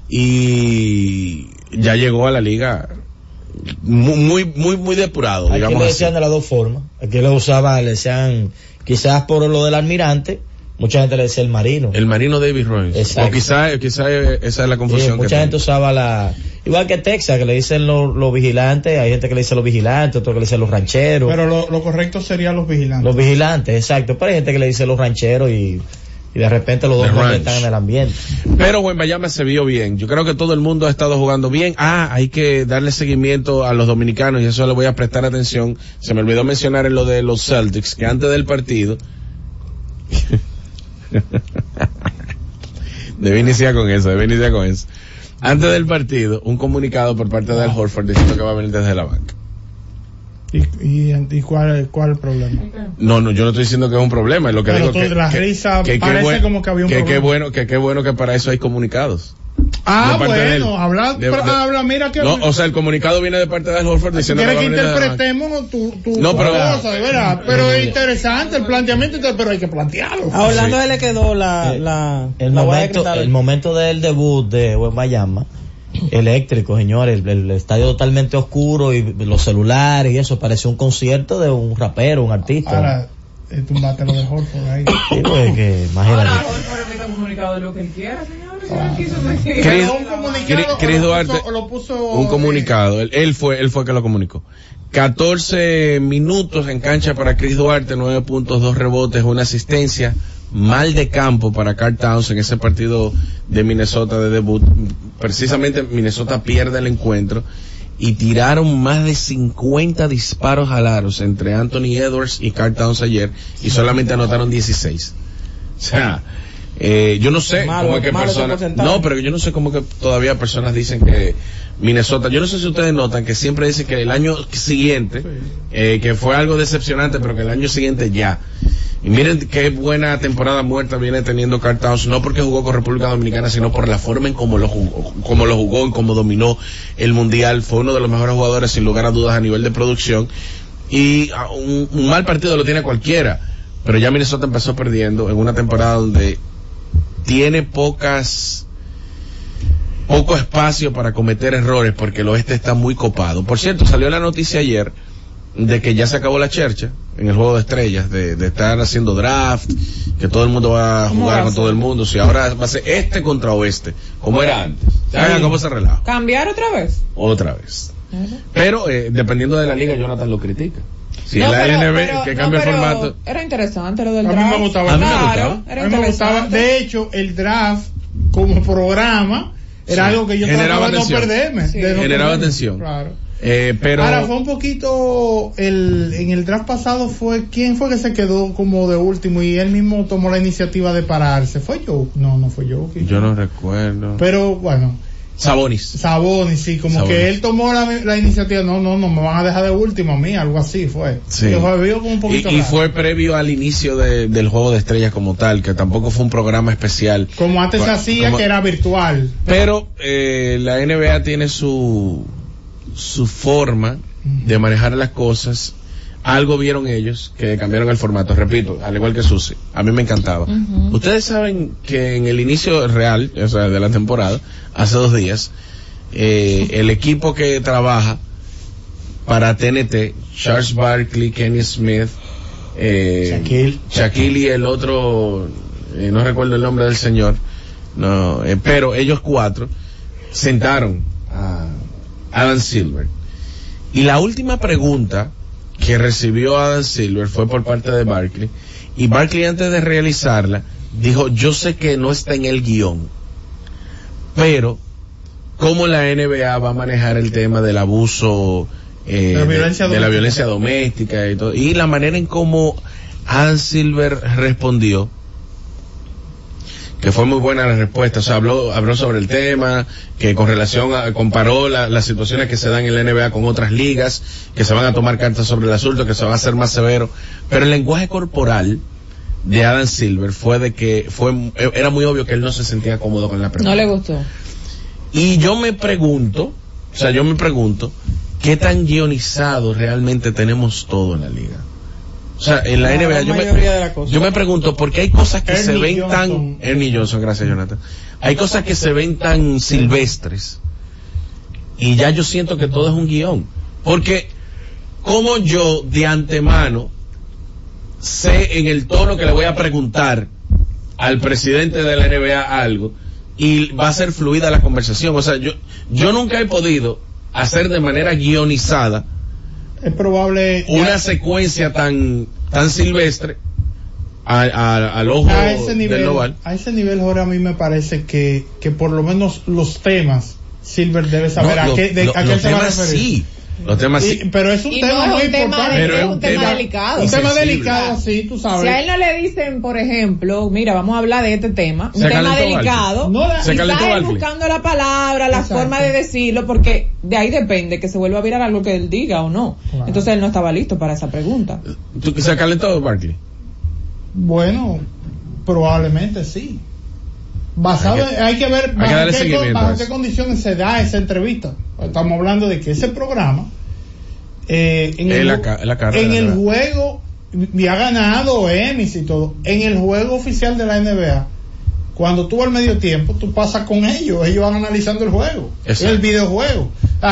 Y ya llegó a la liga muy depurado, digamos. Aquí le decían de las dos formas. Aquí le decían, quizás por lo del almirante, mucha gente le decía el marino. El marino David Robinson. Exacto. O quizás esa es la confusión. Sí, mucha gente usaba igual que Texas, que le dicen los vigilantes, hay gente que le dice los vigilantes, otro que le dice los rancheros. Pero lo correcto sería los vigilantes. Los vigilantes, exacto. Pero hay gente que le dice los rancheros y de repente los dos están en el ambiente. Pero Wembanyama se vio bien. Yo creo que todo el mundo ha estado jugando bien. Hay que darle seguimiento a los dominicanos y eso le voy a prestar atención. Se me olvidó mencionar en lo de los Celtics, que antes del partido debe iniciar con eso. Antes del partido, un comunicado por parte de Al Horford diciendo que va a venir desde la banca. ¿Y cuál es el problema? No, yo no estoy diciendo que es un problema, es lo que digo que parece como que había un problema. Qué bueno que para eso hay comunicados. Mira que... No, o sea, el comunicado viene de parte de Al Horford diciendo que interpretemos tu cosa, de verdad. Pero es interesante el planteamiento, pero hay que plantearlo. A Orlando le quedó el momento del debut de Wembanyama eléctrico, señores, el estadio totalmente oscuro y los celulares y eso, pareció un concierto de un rapero, un artista. Ahora, tumbate lo de Horford ahí. Sí, pues que, imagínate. Ahora Horford emite un comunicado de lo que él quiera, señores. Chris Duarte un comunicado, él fue que lo comunicó. 14 minutos en cancha para Chris Duarte, 9 puntos, 2 rebotes, 1 asistencia. Mal de campo para Karl Towns en ese partido de Minnesota de debut. Precisamente Minnesota pierde el encuentro y tiraron más de 50 disparos al aro entre Anthony Edwards y Karl Towns ayer y solamente anotaron 16. O sea, yo no sé cómo es que personas, pero yo no sé cómo que todavía personas dicen que Minnesota, yo no sé si ustedes notan que siempre dicen que el año siguiente, que fue algo decepcionante, pero que el año siguiente ya. Y miren qué buena temporada muerta viene teniendo Karl Towns, no porque jugó con República Dominicana, sino por la forma en cómo lo jugó, en cómo dominó el Mundial. Fue uno de los mejores jugadores, sin lugar a dudas, a nivel de producción. Y un mal partido lo tiene cualquiera. Pero ya Minnesota empezó perdiendo en una temporada donde tiene poco espacio para cometer errores, porque el oeste está muy copado. Por cierto, salió la noticia ayer de que ya se acabó la chercha. en el juego de estrellas, de estar haciendo draft, que todo el mundo va a jugar con todo el mundo. Si ahora va a ser este contra oeste, como era antes. ¿Saben cómo se relaja? ¿Cambiar otra vez? Otra vez. Pero dependiendo de la liga, Jonathan lo critica. Si no, la LNB que cambia el formato. Era interesante lo del draft. A mí me gustaba. A mí me gustaba. De hecho, el draft como programa era algo que yo trataba de no perderme. Sí. Generaba atención. Claro. Pero ahora fue un poquito en el draft pasado quién fue que se quedó como de último y él mismo tomó la iniciativa de pararse. ¿Fue yo? No fue yo. Yo no recuerdo. Pero bueno, Sabonis, sí, como Sabonis. Que él tomó la iniciativa, no, me van a dejar de último a mí, algo así fue. Sí. Como un poquito y fue previo al inicio del juego de estrellas como tal, que tampoco fue un programa especial. Como antes se hacía, que era virtual. Pero la NBA tiene su forma de manejar las cosas. Algo vieron ellos que cambiaron el formato, repito, al igual que Susi, a mí me encantaba. Ustedes saben que en el inicio real, o sea, de la temporada, hace 2 días, el equipo que trabaja para TNT, Charles Barkley, Kenny Smith, Shaquille y el otro, no recuerdo el nombre del señor, pero ellos 4 sentaron a Adam Silver. Y la última pregunta que recibió Adam Silver fue por parte de Barkley, y Barkley, antes de realizarla, dijo: yo sé que no está en el guión, pero cómo la NBA va a manejar el tema del abuso, de la violencia doméstica y todo, y la manera en cómo Adam Silver respondió, que fue muy buena la respuesta. O sea, habló sobre el tema, que con relación comparó las situaciones que se dan en la NBA con otras ligas, que se van a tomar cartas sobre el asunto, que se va a hacer más severo. Pero el lenguaje corporal de Adam Silver fue de que era muy obvio que él no se sentía cómodo con la pregunta. No le gustó. Y yo me pregunto, ¿qué tan guionizado realmente tenemos todo en la liga? O sea, en la NBA yo me pregunto, porque hay cosas que se ven tan... Ernie Johnson, gracias Jonathan. Hay cosas que se ven tan silvestres y ya yo siento que todo es un guión. Porque como yo de antemano sé en el tono que le voy a preguntar al presidente de la NBA algo y va a ser fluida la conversación. O sea, yo nunca he podido hacer de manera guionizada, es probable una secuencia tan silvestre al ojo del global. A ese nivel, Jorge, a mí me parece que por lo menos los temas Silver debe saber a qué se va a referir. Sí. Los temas sí. Pero es un tema muy importante. Pero es un tema delicado. Un tema delicado, sí, tú sabes. Si a él no le dicen, por ejemplo, mira, vamos a hablar de este tema, un tema delicado, está él buscando la palabra, la forma de decirlo, porque de ahí depende que se vuelva a virar algo que él diga o no. Claro. Entonces él no estaba listo para esa pregunta. ¿Se calentó Barkley? Bueno, probablemente sí. Hay que ver bajo qué condiciones se da esa entrevista. Estamos hablando de que ese programa en el juego, y ha ganado Emmys y todo, en el juego oficial de la NBA, cuando tú al medio tiempo tú pasas con ellos van analizando el juego. Exacto. El videojuego.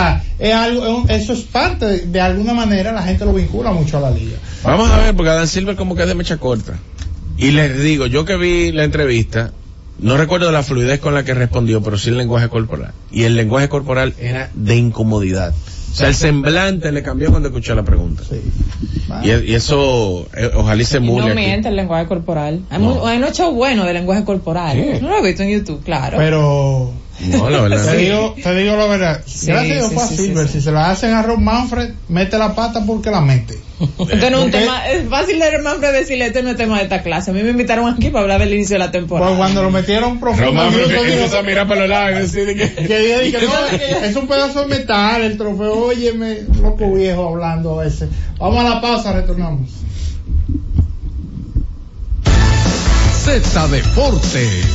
Eso es parte de alguna manera, la gente lo vincula mucho a la liga. Vamos a ver, porque Adam Silver como que es de mecha corta, y les digo, yo que vi la entrevista, no recuerdo la fluidez con la que respondió, pero sí el lenguaje corporal. Y el lenguaje corporal era de incomodidad. O sea, el semblante le cambió cuando escuchó la pregunta. Sí. Vale. Y eso, ojalá y se emule. No miente el lenguaje corporal. Hay unos shows buenos de lenguaje corporal. ¿Sí? No lo he visto en YouTube, claro. Pero... No, la verdad. Te digo la verdad. Sí, gracias a Dios fue a Silver. Si se la hacen a Rob Manfred, mete la pata porque la mete. Esto no es un tema, es fácil de Manfred decirle, este no es tema de esta clase. A mí me invitaron aquí para hablar del inicio de la temporada. Pues cuando lo metieron profundo, empieza a mirar para los lados y decir que es un pedazo de metal el trofeo. Óyeme, loco viejo hablando a veces. Vamos a la pausa, retornamos. Z Deportes.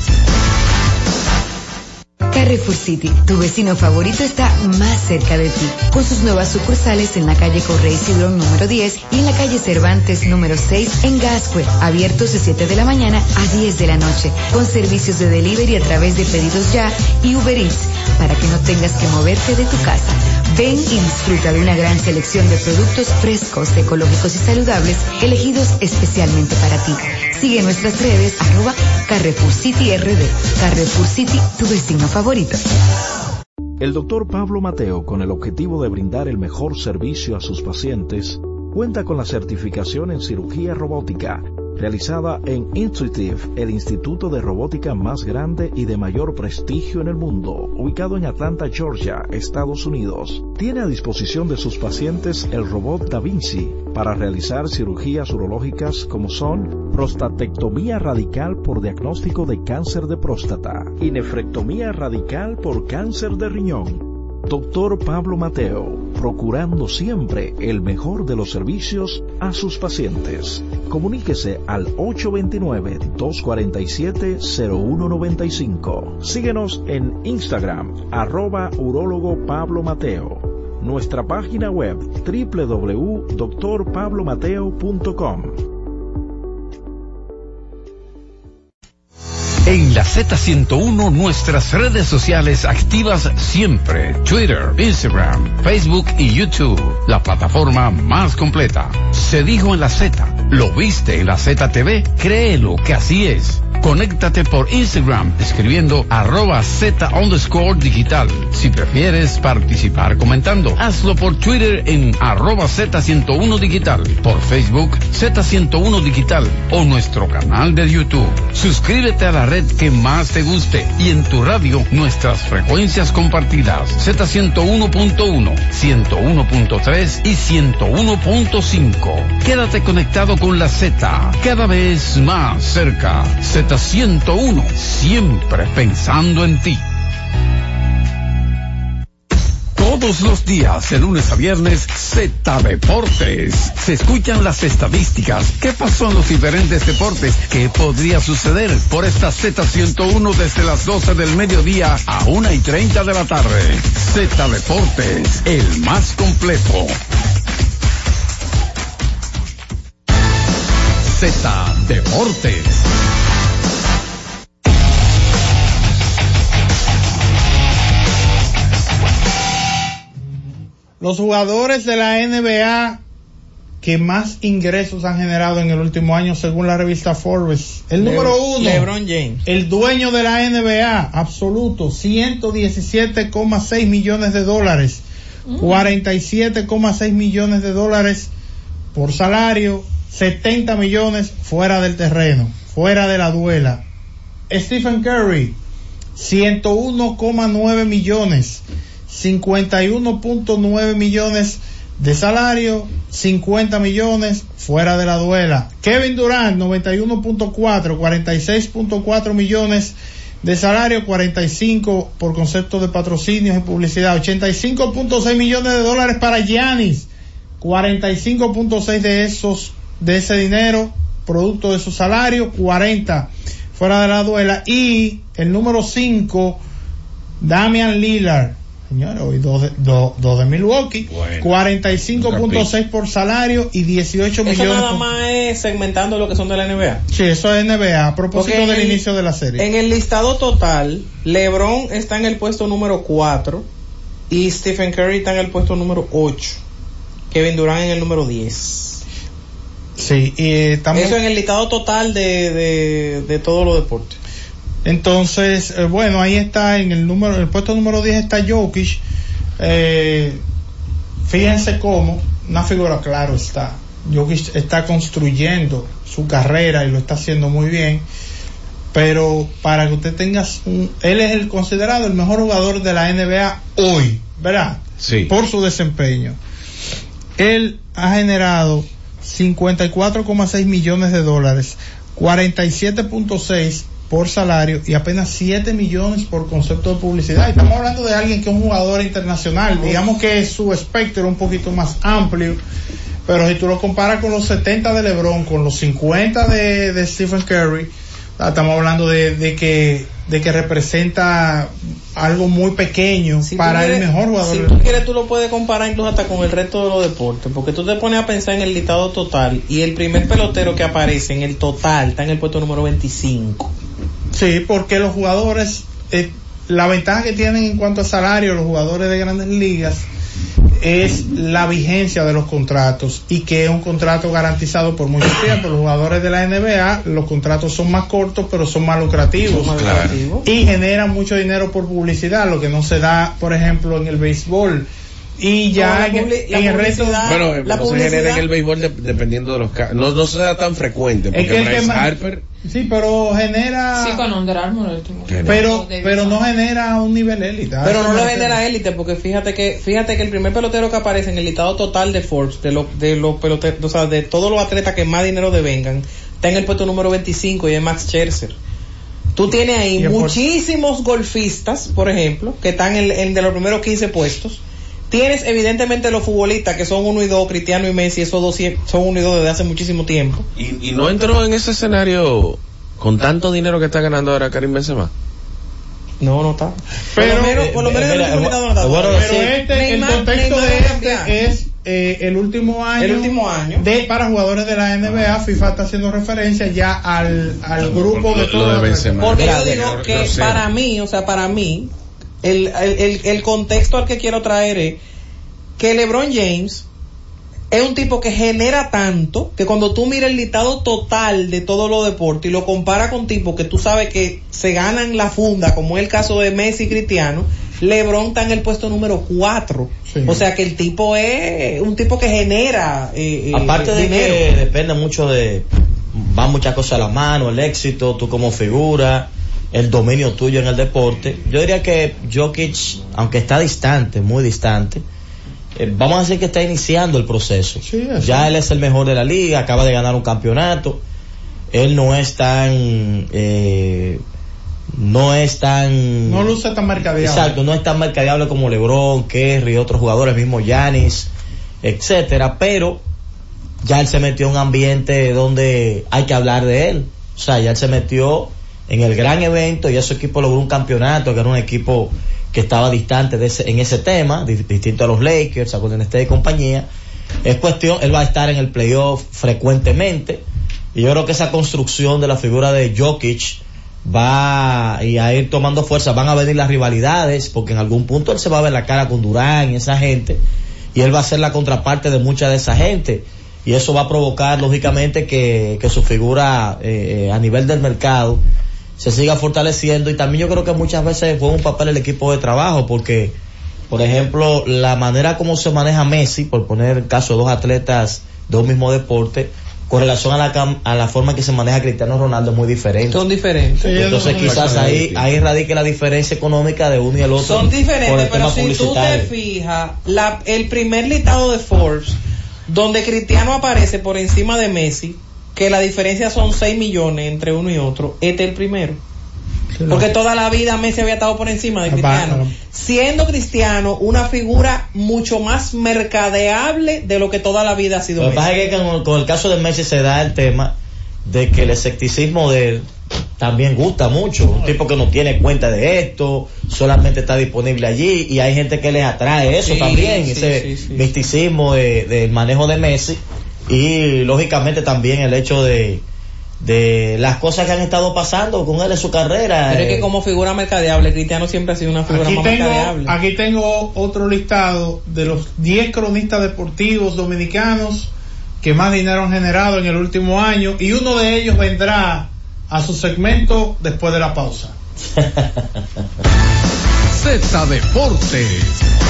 Carrefour City, tu vecino favorito, está más cerca de ti, con sus nuevas sucursales en la calle Correy Cidrón número 10 y en la calle Cervantes número 6 en Gascue, abiertos de 7 de la mañana a 10 de la noche, con servicios de delivery a través de Pedidos Ya y Uber Eats, para que no tengas que moverte de tu casa. Ven y disfruta de una gran selección de productos frescos, ecológicos y saludables elegidos especialmente para ti. Sigue nuestras redes @Carrefour City RD. Carrefour City, tu vecino favorito. El doctor Pablo Mateo, con el objetivo de brindar el mejor servicio a sus pacientes, cuenta con la certificación en cirugía robótica, realizada en Intuitive, el instituto de robótica más grande y de mayor prestigio en el mundo, ubicado en Atlanta, Georgia, Estados Unidos. Tiene a disposición de sus pacientes el robot Da Vinci para realizar cirugías urológicas como son prostatectomía radical por diagnóstico de cáncer de próstata y nefrectomía radical por cáncer de riñón. Doctor Pablo Mateo, procurando siempre el mejor de los servicios a sus pacientes. Comuníquese al 829-247-0195. Síguenos en Instagram, @urólogo Pablo Mateo. Nuestra página web, www.drpablomateo.com. En la Z101 nuestras redes sociales activas siempre. Twitter, Instagram, Facebook y YouTube. La plataforma más completa. Se dijo en la Z. ¿Lo viste en la ZTV? Créelo que así es. Conéctate por Instagram escribiendo @Z_digital. Si prefieres participar comentando, hazlo por Twitter en @Z101 digital, por Facebook Z101 digital o nuestro canal de YouTube. Suscríbete a la red que más te guste y en tu radio nuestras frecuencias compartidas Z101.1, 101.3 y 101.5. Quédate conectado con la Z, cada vez más cerca. Z101, siempre pensando en ti. Todos los días, de lunes a viernes, Z Deportes. Se escuchan las estadísticas. ¿Qué pasó en los diferentes deportes? ¿Qué podría suceder por esta Z101 desde las 12 del mediodía a 1:30 de la tarde? Z Deportes, el más completo. Z Deportes. Los jugadores de la NBA que más ingresos han generado en el último año según la revista Forbes. El número 1, LeBron James. El dueño de la NBA absoluto, 117,6 millones de dólares. 47,6 millones de dólares por salario, 70 millones fuera del terreno, fuera de la duela. Stephen Curry, 101,9 millones, 51.9 millones de salario, 50 millones fuera de la duela. Kevin Durant, 91.4, 46.4 millones de salario, 45 por concepto de patrocinios y publicidad, 85.6 millones de dólares para Giannis, 45.6 de ese dinero producto de su salario, 40 fuera de la duela. Y el número 5, Damian Lillard, señores, hoy dos de Milwaukee, bueno, 45.6 por salario y 18 millones. Eso nada más es segmentando lo que son de la NBA. Sí, eso es NBA, a propósito del inicio de la serie. En el listado total, LeBron está en el puesto número 4 y Stephen Curry está en el puesto número 8. Kevin Durant en el número 10. Sí, y también eso en el listado total de todos los deportes. Entonces, bueno, ahí está en el puesto número 10 está Jokic. Fíjense cómo, una figura, claro está. Jokic está construyendo su carrera y lo está haciendo muy bien. Pero para que usted tenga él es el considerado el mejor jugador de la NBA hoy, ¿verdad? Sí. Por su desempeño. Él ha generado 54,6 millones de dólares, 47.6 por salario y apenas 7 millones por concepto de publicidad. Y estamos hablando de alguien que es un jugador internacional, digamos que su espectro es un poquito más amplio, pero si tú lo comparas con los 70 de LeBron, con los 50 de Stephen Curry, estamos hablando de que representa algo muy pequeño para el mejor jugador. Si tú quieres, tú lo puedes comparar incluso hasta con el resto de los deportes, porque tú te pones a pensar en el listado total y el primer pelotero que aparece en el total está en el puesto número 25. Sí, porque los jugadores, la ventaja que tienen en cuanto a salario, los jugadores de grandes ligas, es la vigencia de los contratos y que es un contrato garantizado por mucho tiempo. Los jugadores de la NBA, los contratos son más cortos pero son más lucrativos, y generan mucho dinero por publicidad, lo que no se da, por ejemplo, en el béisbol. Y ya en el resto, bueno, no se genera en el béisbol dependiendo de los casos, no se da tan frecuente, porque Bryce Harper sí, pero genera, sí, con Under Armour el último, pero no genera un nivel élite, pero no lo genera élite, porque fíjate que el primer pelotero que aparece en el listado total de Forbes de los peloteros, o sea, de todos los atletas que más dinero devengan, está en el puesto número 25 y es Max Scherzer. Tú tienes ahí muchísimos golfistas, por ejemplo, que están en de los primeros 15 puestos. Tienes evidentemente los futbolistas que son 1 y 2, Cristiano y Messi, esos dos son 1 y 2 desde hace muchísimo tiempo. ¿Y no entró en ese escenario con tanto dinero que está ganando ahora Karim Benzema? No está. Pero por lo menos el contexto de este es el último año para jugadores de la NBA. FIFA está haciendo referencia ya al grupo de todos. Porque yo digo que para mí el contexto al que quiero traer es que LeBron James es un tipo que genera tanto que cuando tú miras el listado total de todos los deportes y lo comparas con tipos que tú sabes que se ganan la funda, como es el caso de Messi y Cristiano, LeBron está en el puesto número 4. Sí. O sea que el tipo es un tipo que genera aparte de dinero. Que depende mucho va muchas cosas a la mano, el éxito, tú como figura, el dominio tuyo en el deporte. Yo diría que Jokic, aunque está distante, muy distante, vamos a decir que está iniciando el proceso. Sí, ya él es el mejor de la liga, acaba de ganar un campeonato. Él no luce tan mercadeable. Exacto, no es tan mercadeable como LeBron, Curry, otros jugadores, mismo Giannis, etcétera, pero ya él se metió en un ambiente donde hay que hablar de él. O sea, ya él se metió en el gran evento y ese equipo logró un campeonato, que era un equipo que estaba distante en ese tema, distinto a los Lakers, a Golden State y compañía. Es cuestión, él va a estar en el playoff frecuentemente, y yo creo que esa construcción de la figura de Jokic va a ir tomando fuerza. Van a venir las rivalidades, porque en algún punto él se va a ver la cara con Durán y esa gente, y él va a ser la contraparte de mucha de esa gente, y eso va a provocar lógicamente que su figura a nivel del mercado se siga fortaleciendo. Y también yo creo que muchas veces juega un papel el equipo de trabajo, porque por ejemplo la manera como se maneja Messi, por poner el caso de dos atletas de un mismo deporte, con relación a la forma en que se maneja Cristiano Ronaldo, es muy diferente. Son diferentes. Entonces quizás ahí radique la diferencia económica de uno y el otro. Son diferentes, pero si tú te fijas, el primer listado de Forbes, donde Cristiano aparece por encima de Messi, que la diferencia son 6 millones entre uno y otro, este es el primero. Porque toda la vida Messi había estado por encima de Cristiano, siendo Cristiano una figura mucho más mercadeable de lo que toda la vida ha sido Messi. Lo que pasa es que con el caso de Messi se da el tema de que el escepticismo de él también gusta mucho. Un tipo que no tiene cuenta de esto, solamente está disponible allí, y hay gente que les atrae eso también, ese misticismo del manejo de Messi. Y lógicamente también el hecho de las cosas que han estado pasando con él en su carrera. Pero es que como figura mercadeable, Cristiano siempre ha sido una figura más mercadeable. Aquí tengo otro listado de los 10 cronistas deportivos dominicanos que más dinero han generado en el último año, y uno de ellos vendrá a su segmento después de la pausa. Z Deportes.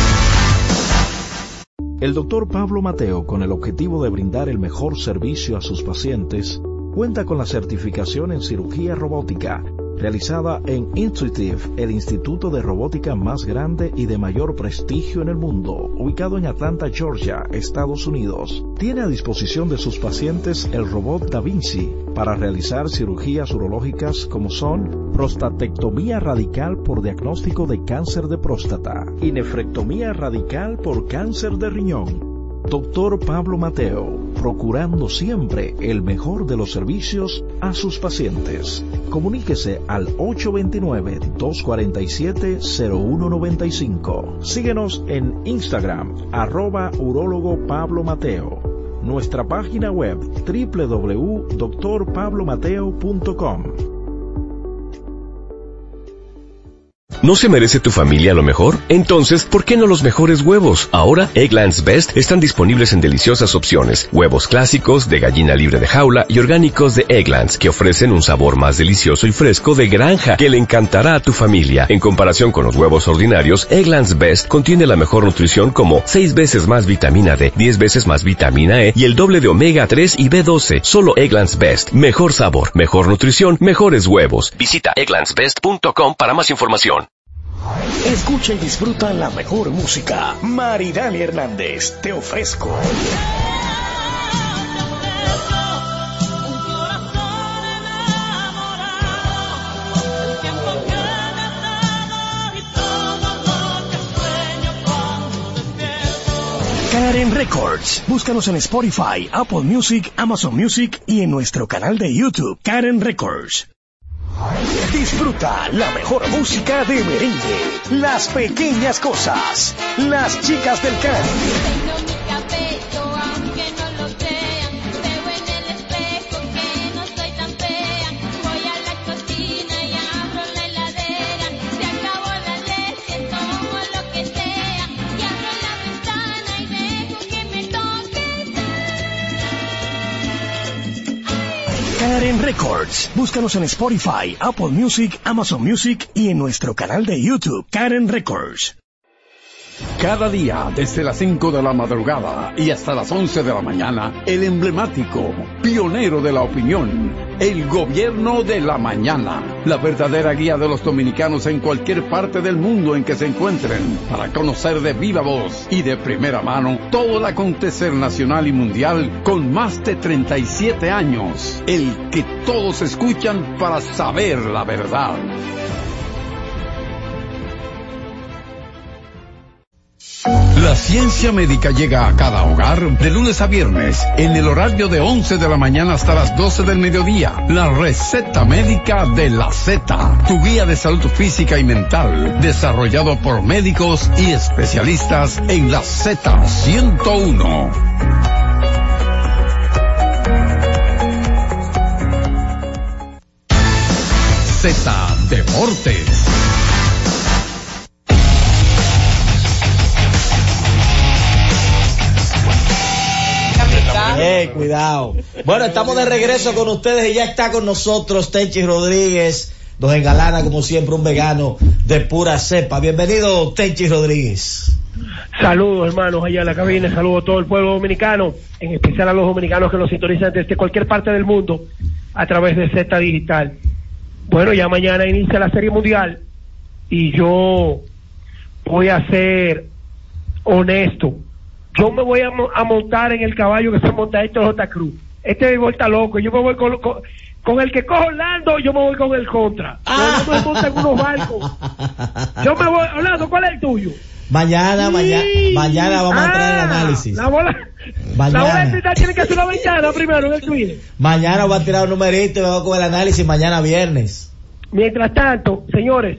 El doctor Pablo Mateo, con el objetivo de brindar el mejor servicio a sus pacientes, cuenta con la certificación en cirugía robótica, realizada en Intuitive, el instituto de robótica más grande y de mayor prestigio en el mundo, ubicado en Atlanta, Georgia, Estados Unidos. Tiene a disposición de sus pacientes el robot Da Vinci para realizar cirugías urológicas como son prostatectomía radical por diagnóstico de cáncer de próstata y nefrectomía radical por cáncer de riñón. Doctor Pablo Mateo, procurando siempre el mejor de los servicios a sus pacientes. Comuníquese al 829-247-0195. Síguenos en Instagram, @urólogo Pablo Mateo. Nuestra página web, www.drpablomateo.com. ¿No se merece tu familia lo mejor? Entonces, ¿por qué no los mejores huevos? Ahora, Eggland's Best están disponibles en deliciosas opciones. Huevos clásicos, de gallina libre de jaula y orgánicos de Eggland's, que ofrecen un sabor más delicioso y fresco de granja que le encantará a tu familia. En comparación con los huevos ordinarios, Eggland's Best contiene la mejor nutrición como 6 veces más vitamina D, 10 veces más vitamina E y el doble de omega 3 y B12. Solo Eggland's Best. Mejor sabor, mejor nutrición, mejores huevos. Visita egglandsbest.com para más información. Escucha y disfruta la mejor música. Maridani Hernández, te ofrezco. Karen Records. Búscanos en Spotify, Apple Music, Amazon Music y en nuestro canal de YouTube, Karen Records. Disfruta la mejor música de merengue, las pequeñas cosas, las chicas del Caribe. Tengo mi cabello, aunque no lo crean. Veo en el espejo que no soy tan fea. Voy a la cocina y abro la heladera. Se acabó la leche, tomo lo que sea. Y abro la ventana y dejo que me toque. Karen Records. Búscanos en Spotify, Apple Music, Amazon Music y en nuestro canal de YouTube, Karen Records. Cada día, desde las 5 de la madrugada y hasta las 11 de la mañana, el emblemático, pionero de la opinión, el Gobierno de la Mañana, la verdadera guía de los dominicanos en cualquier parte del mundo en que se encuentren, para conocer de viva voz y de primera mano todo el acontecer nacional y mundial con más de 37 años, el que todos escuchan para saber la verdad. La ciencia médica llega a cada hogar de lunes a viernes en el horario de 11 de la mañana hasta las 12 del mediodía. La receta médica de la Z, tu guía de salud física y mental, desarrollado por médicos y especialistas en la Z101. Z Deportes. Cuidado. Bueno, estamos de regreso con ustedes y ya está con nosotros Tenchi Rodríguez. Nos engalana como siempre un vegano de pura cepa. Bienvenido, Tenchi Rodríguez. Saludos, hermanos, allá en la cabina. Saludos a todo el pueblo dominicano, en especial a los dominicanos que nos sintonizan desde cualquier parte del mundo a través de Z Digital. Bueno, ya mañana inicia la Serie Mundial y yo voy a ser honesto. Yo me voy a montar en el caballo que se monta Héctor J. Cruz. Este vuelta loco. Yo me voy con el que cojo Orlando, yo me voy con el contra. Yo me monto en unos barcos. Yo me voy, Orlando, ¿cuál es el tuyo? Mañana vamos a entrar en análisis. La bola de cristal tiene que hacer una ventana primero en el Twitter. Mañana voy a tirar un numerito y me voy con el análisis mañana viernes. Mientras tanto, señores.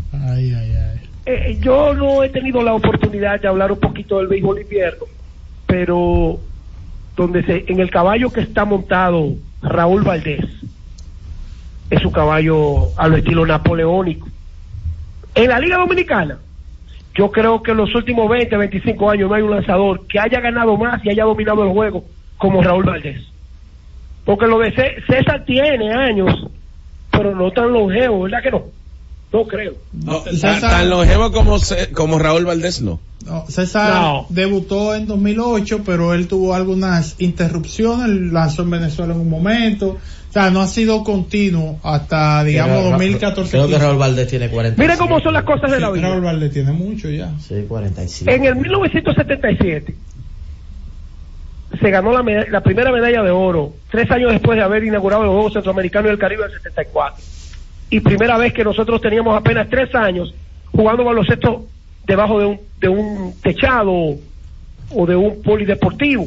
Yo no he tenido la oportunidad de hablar un poquito del béisbol invierno, pero en el caballo que está montado Raúl Valdés, es un caballo a lo estilo napoleónico. En la Liga Dominicana, yo creo que en los últimos 20, 25 años no hay un lanzador que haya ganado más y haya dominado el juego como Raúl Valdés. Porque lo de César tiene años, pero no tan longevo, ¿verdad que no? No creo. No, tan longevo como Raúl Valdés, no. César debutó en 2008, pero él tuvo algunas interrupciones, lanzó en Venezuela en un momento. O sea, no ha sido continuo hasta, digamos, 2014. Creo que Raúl Valdés tiene 45. Mira cómo son las cosas de la vida. Raúl Valdés tiene mucho ya. Sí, 45. En el 1977 se ganó la primera medalla de oro, 3 años después de haber inaugurado los Juegos Centroamericanos del Caribe del 74. Y primera vez que nosotros teníamos apenas 3 años jugando baloncesto debajo de un techado o de un polideportivo.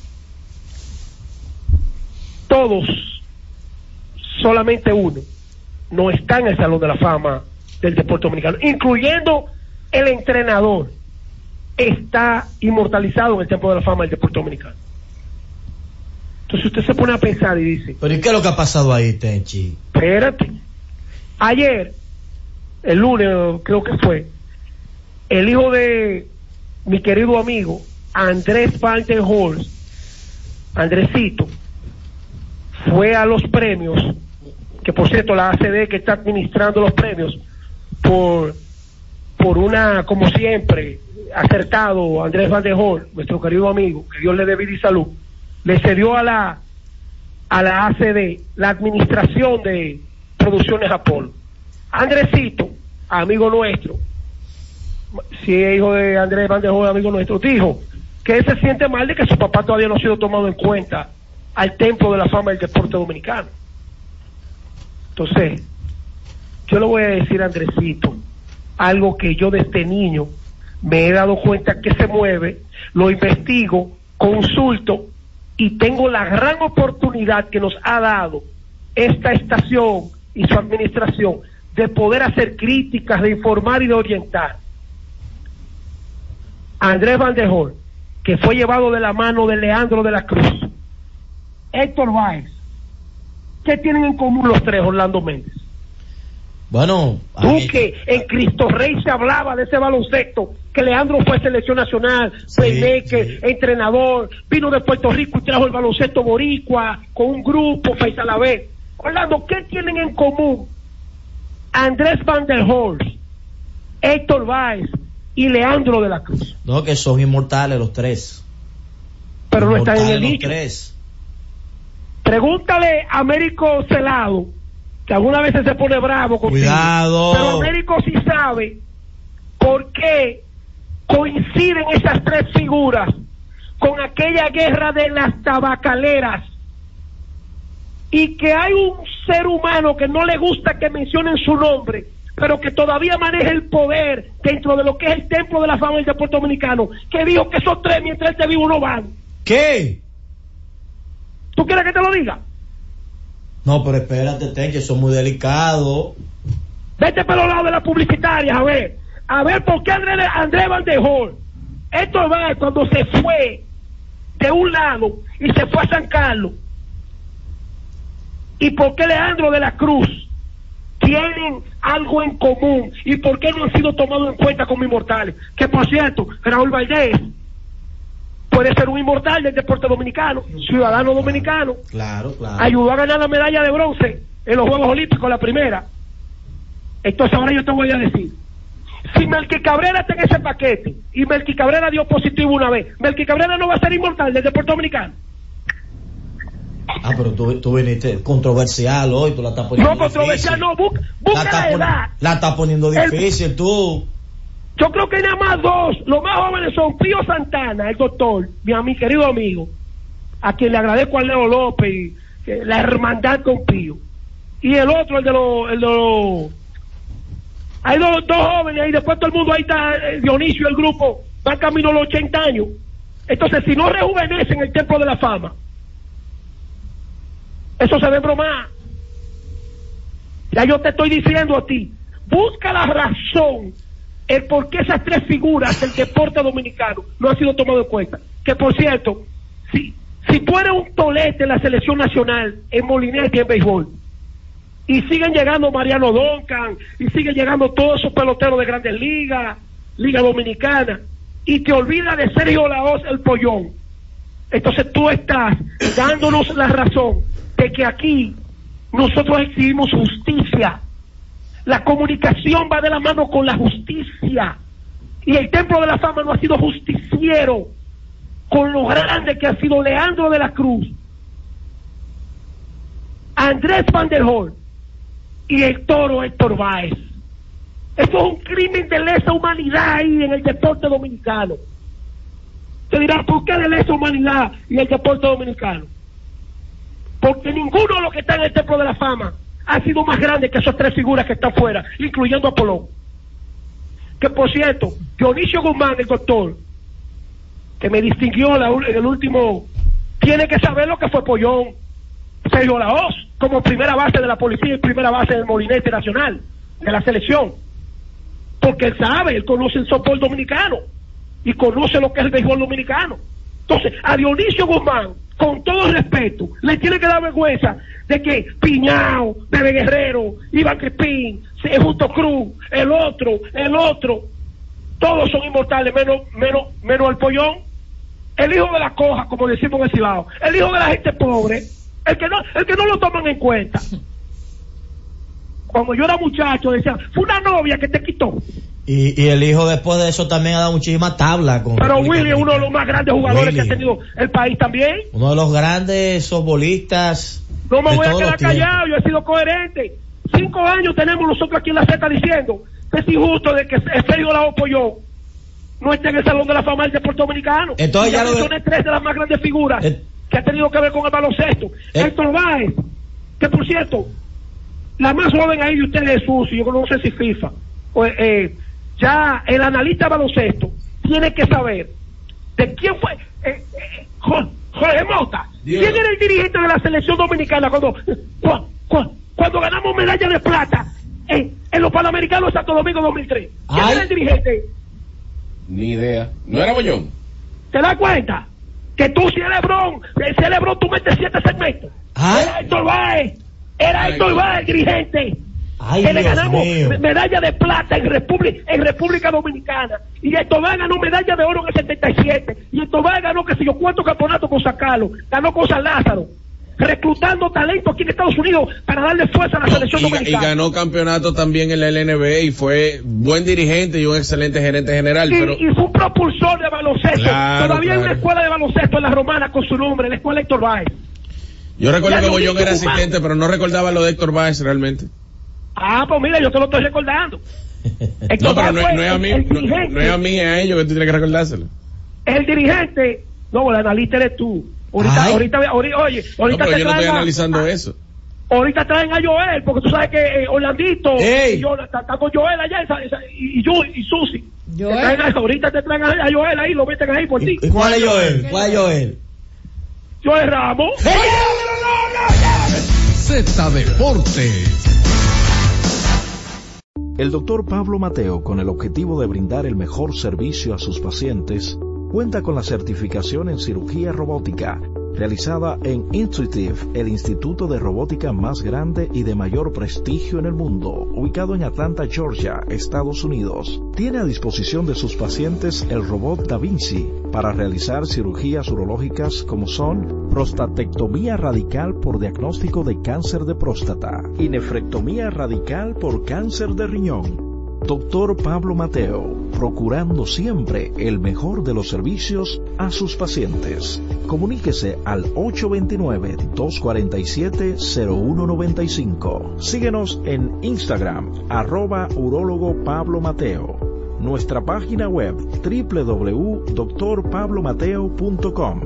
Todos, solamente uno, no está en el Salón de la Fama del deporte dominicano, incluyendo el entrenador, está inmortalizado en el Templo de la Fama del deporte dominicano. Entonces usted se pone a pensar y dice... ¿Pero y qué es lo que ha pasado ahí, Tenchi? Espérate. Ayer, el lunes creo que fue, el hijo de mi querido amigo Andrés Van der Horst, Andresito, fue a los premios, que por cierto la ACD que está administrando los premios, por una, como siempre, acertado, Andrés Van der Horst, nuestro querido amigo, que Dios le dé vida y salud, le cedió a la ACD la administración de Producciones Apolo. Andresito, amigo nuestro, si es hijo de Andrés Van der Horst, amigo nuestro, dijo que él se siente mal de que su papá todavía no ha sido tomado en cuenta al templo de la fama del deporte dominicano. Entonces, yo le voy a decir a Andresito algo que yo desde niño me he dado cuenta que se mueve, lo investigo, consulto y tengo la gran oportunidad que nos ha dado esta estación y su administración de poder hacer críticas, de informar y de orientar. Andrés Van der Horst, que fue llevado de la mano de Leandro de la Cruz, Héctor Báez, ¿qué tienen en común los tres, Orlando Méndez? Bueno, tú que en Cristo Rey se hablaba de ese baloncesto, que Leandro fue selección nacional, playmaker, entrenador, vino de Puerto Rico y trajo el baloncesto boricua con un grupo, Faisal Abed. Orlando, ¿qué tienen en común Andrés Van der Horst, Héctor Báez y Leandro de la Cruz? No, que son inmortales los tres. Pero no están en el dicho. Pregúntale a Américo Celado, que algunas veces se pone bravo contigo. Cuidado. Pero Américo sí sabe por qué coinciden esas tres figuras con aquella guerra de las tabacaleras, y que hay un ser humano que no le gusta que mencionen su nombre, pero que todavía maneja el poder dentro de lo que es el templo de la fama del deporte dominicano, que dijo que esos tres mientras él esté vivo no van. ¿Qué? ¿Tú quieres que te lo diga? No, pero espérate, que son muy delicados. Vete por los lados de las publicitarias, a ver por qué Andrés Van der Horst, esto va cuando se fue de un lado y se fue a San Carlos, y por qué Leandro de la Cruz tienen algo en común, y por qué no han sido tomados en cuenta como inmortales. Que por cierto, Raúl Valdés puede ser un inmortal del deporte dominicano, ciudadano dominicano. Claro. Ayudó a ganar la medalla de bronce en los Juegos Olímpicos, la primera. Entonces ahora yo te voy a decir, si Melqui Cabrera está en ese paquete y Melqui Cabrera dio positivo una vez, Melqui Cabrera no va a ser inmortal del deporte dominicano. Pero tú viniste controversial hoy, tú la estás poniendo no, controversial difícil. No, busca la edad. La estás poniendo difícil, tú. Yo creo que hay nada más dos. Los más jóvenes son Pío Santana, el doctor, mi querido amigo, a quien le agradezco a Leo López y la hermandad con Pío. Y el otro, el de los hay dos jóvenes ahí, después todo el mundo ahí está, Dionisio, el grupo, va camino a los 80 años. Entonces, si no rejuvenecen el templo de la fama, eso se ve bromar. Ya yo te estoy diciendo a ti, busca la razón, el por qué esas tres figuras del deporte dominicano no han sido tomadas en cuenta. Que por cierto, si tú eres un tolete en la selección nacional, en Molinete y en béisbol, y siguen llegando Mariano Duncan, y siguen llegando todos esos peloteros de Grandes Ligas, Liga Dominicana, y te olvidas de Sergio Lahoz, el Pollón, entonces tú estás dándonos la razón de que aquí nosotros exigimos justicia. La comunicación va de la mano con la justicia, y el templo de la fama no ha sido justiciero con lo grande que ha sido Leandro de la Cruz, Andrés Van der Horst y el toro Héctor Báez. Eso es un crimen de lesa humanidad ahí en el deporte dominicano. Te dirán, ¿por qué de lesa humanidad y el deporte dominicano? Porque ninguno de los que está en el templo de la fama ha sido más grande que esas tres figuras que están fuera, incluyendo a Apolón. Que por cierto, Dionisio Guzmán, el doctor, que me distinguió en el último, tiene que saber lo que fue Pollón, Sergio Lahoz, como primera base de la policía y primera base del Molinete Nacional, de la selección. Porque él sabe, él conoce el softball dominicano y conoce lo que es el béisbol dominicano. Entonces, a Dionisio Guzmán, con todo respeto, le tiene que dar vergüenza de que Piñao, Bebe Guerrero, Iván Crispín, Justo Cruz, el otro, todos son inmortales, menos el Pollón, el hijo de la coja, como decimos en el Cibao, el hijo de la gente pobre, el que no lo toman en cuenta. Cuando yo era muchacho decían, fue una novia que te quitó. Y el hijo después de eso también ha dado muchísima tabla. Pero Willy es uno de los más grandes jugadores que ha tenido el país también. Uno de los grandes futbolistas. No me voy a quedar callado, yo he sido coherente. 5 años tenemos nosotros aquí en la Z diciendo que es injusto de que Sergio Lao Pollón no esté en el Salón de la Fama del Deporte Dominicano. Entonces ya son 3 de las más grandes figuras que ha tenido que ver con el baloncesto. Héctor Báez, que por cierto, la más joven ahí de ustedes es Susi, yo no sé si FIFA. Ya el analista de baloncesto tiene que saber de quién fue Jorge Mota. ¿Quién era el dirigente de la selección dominicana cuando ganamos medalla de plata en los Panamericanos de Santo Domingo 2003? ¿Quién era el dirigente? Ni idea. ¿No era Bollón? ¿Te das cuenta? Que tú si eres Lebron, tú metes 7 segmentos. Era Héctor Báez el dirigente. Que le ganamos medalla de plata en República Dominicana, y Héctor Báez ganó medalla de oro en el 77, y Héctor Báez ganó que sé yo cuántos campeonatos con San Carlos, ganó con San Lázaro, reclutando talento aquí en Estados Unidos para darle fuerza a la selección dominicana. Y ganó campeonato también en la LNB y fue buen dirigente y un excelente gerente general. Y fue un propulsor de baloncesto. Todavía hay una escuela de baloncesto en la Romana con su nombre, la escuela Héctor Báez. Yo recuerdo que Bollón era asistente, pero no recordaba lo de Héctor Báez realmente. Pues mira, yo te lo estoy recordando. No, pero no es a mí, no es a mí, es a ellos que tú tienes que recordárselo. El dirigente, no, el analista eres tú. Ahorita no, pero yo no estoy analizando eso. Ahorita traen a Joel, porque tú sabes que Orlandito y Jonathan está con Joel allá y Susi. Ahorita te traen a Joel ahí, lo meten ahí por ti. ¿Y cuál es Joel? Joel Ramos. Z Deportes. El doctor Pablo Mateo, con el objetivo de brindar el mejor servicio a sus pacientes, cuenta con la certificación en cirugía robótica, realizada en Intuitive, el instituto de robótica más grande y de mayor prestigio en el mundo, ubicado en Atlanta, Georgia, Estados Unidos. Tiene a disposición de sus pacientes el robot Da Vinci para realizar cirugías urológicas como son prostatectomía radical por diagnóstico de cáncer de próstata y nefrectomía radical por cáncer de riñón. Doctor Pablo Mateo, procurando siempre el mejor de los servicios a sus pacientes. Comuníquese al 829-247-0195. Síguenos en Instagram, @urólogo Pablo Mateo. Nuestra página web, www.drpablomateo.com.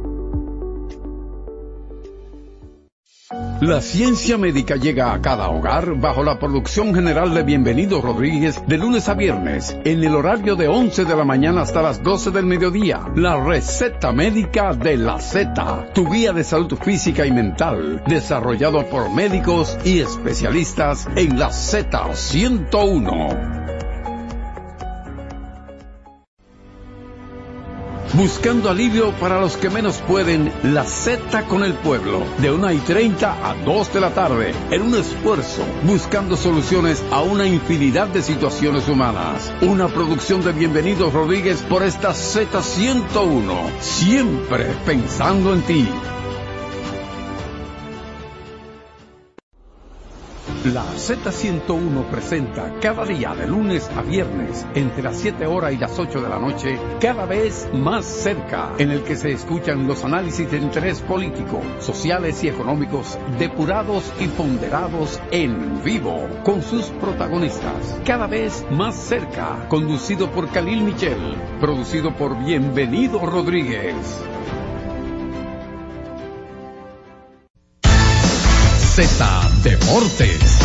La ciencia médica llega a cada hogar bajo la producción general de Bienvenido Rodríguez de lunes a viernes en el horario de 11 de la mañana hasta las 12 del mediodía. La receta médica de la Z, tu guía de salud física y mental, desarrollado por médicos y especialistas en la Z101. Buscando alivio para los que menos pueden, la Z con el pueblo, de 1:30 a 2 de la tarde, en un esfuerzo, buscando soluciones a una infinidad de situaciones humanas. Una producción de Bienvenido Rodríguez por esta Z101, siempre pensando en ti. La Z101 presenta cada día de lunes a viernes entre las 7 horas y las 8 de la noche, cada vez más cerca, en el que se escuchan los análisis de interés político, sociales y económicos depurados y ponderados en vivo, con sus protagonistas. Cada vez más cerca, conducido por Khalil Michel, producido por Bienvenido Rodríguez. Z Deportes.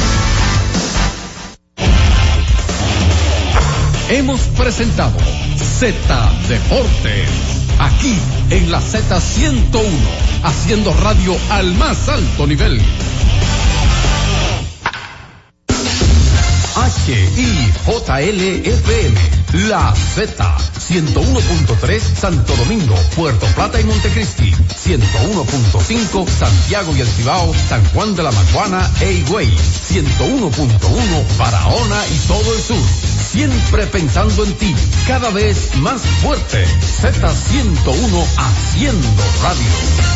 Hemos presentado Z Deportes, aquí en la Z101, haciendo radio al más alto nivel. HIJLFM, La Z, 101.3 Santo Domingo, Puerto Plata y Montecristi, 101.5 Santiago y El Cibao, San Juan de la Maguana e Higüey, 101.1 Barahona y todo el sur. Siempre pensando en ti, cada vez más fuerte. Z101 haciendo radio.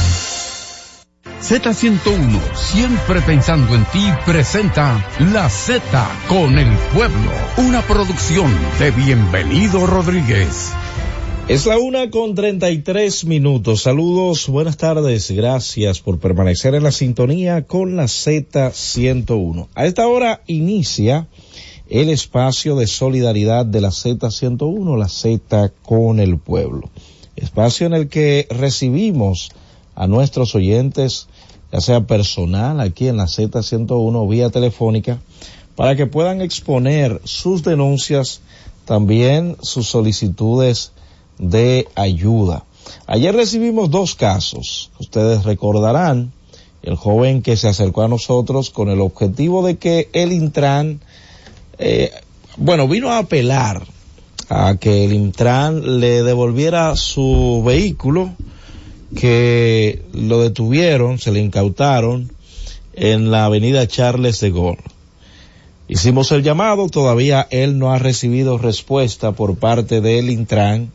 Z101, siempre pensando en ti, presenta La Z con el pueblo, una producción de Bienvenido Rodríguez. Es la 1:33. Saludos, buenas tardes, gracias por permanecer en la sintonía con la Z101. A esta hora inicia el espacio de solidaridad de la Z101, la Z con el pueblo. Espacio en el que recibimos a nuestros oyentes, ya sea personal aquí en la Z101 o vía telefónica, para que puedan exponer sus denuncias, también sus solicitudes de ayuda. Ayer recibimos 2 casos, ustedes recordarán, el joven que se acercó a nosotros con el objetivo de que el Intran, vino a apelar a que el Intran le devolviera su vehículo, que lo detuvieron, se le incautaron en la avenida Charles de Gaulle. Hicimos el llamado, todavía él no ha recibido respuesta por parte del Intran.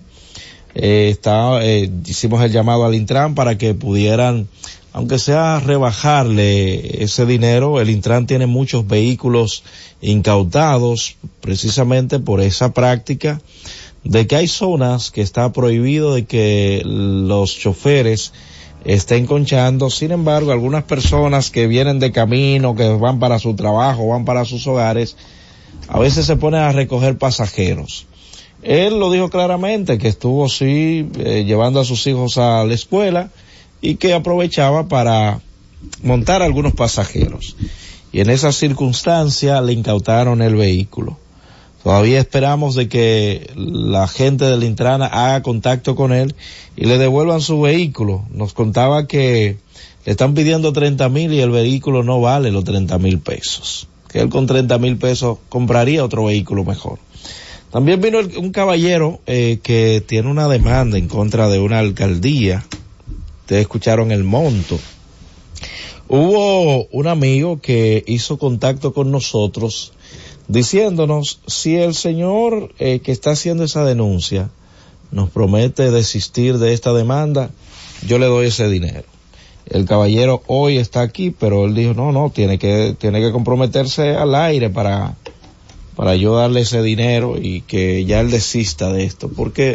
Hicimos el llamado al Intran para que pudieran, aunque sea rebajarle ese dinero. El Intran tiene muchos vehículos incautados precisamente por esa práctica de que hay zonas que está prohibido de que los choferes estén conchando. Sin embargo, algunas personas que vienen de camino, que van para su trabajo, van para sus hogares, a veces se ponen a recoger pasajeros. Él lo dijo claramente, que estuvo llevando a sus hijos a la escuela y que aprovechaba para montar a algunos pasajeros. Y en esa circunstancia le incautaron el vehículo. Todavía esperamos de que la gente del Intran haga contacto con él y le devuelvan su vehículo. Nos contaba que le están pidiendo 30,000 y el vehículo no vale los 30,000 pesos. Que él con 30,000 pesos compraría otro vehículo mejor. También vino un caballero que tiene una demanda en contra de una alcaldía. Ustedes escucharon el monto. Hubo un amigo que hizo contacto con nosotros diciéndonos, si el señor que está haciendo esa denuncia nos promete desistir de esta demanda, yo le doy ese dinero. El caballero hoy está aquí, pero él dijo, no, tiene que comprometerse al aire para yo darle ese dinero y que ya él desista de esto, porque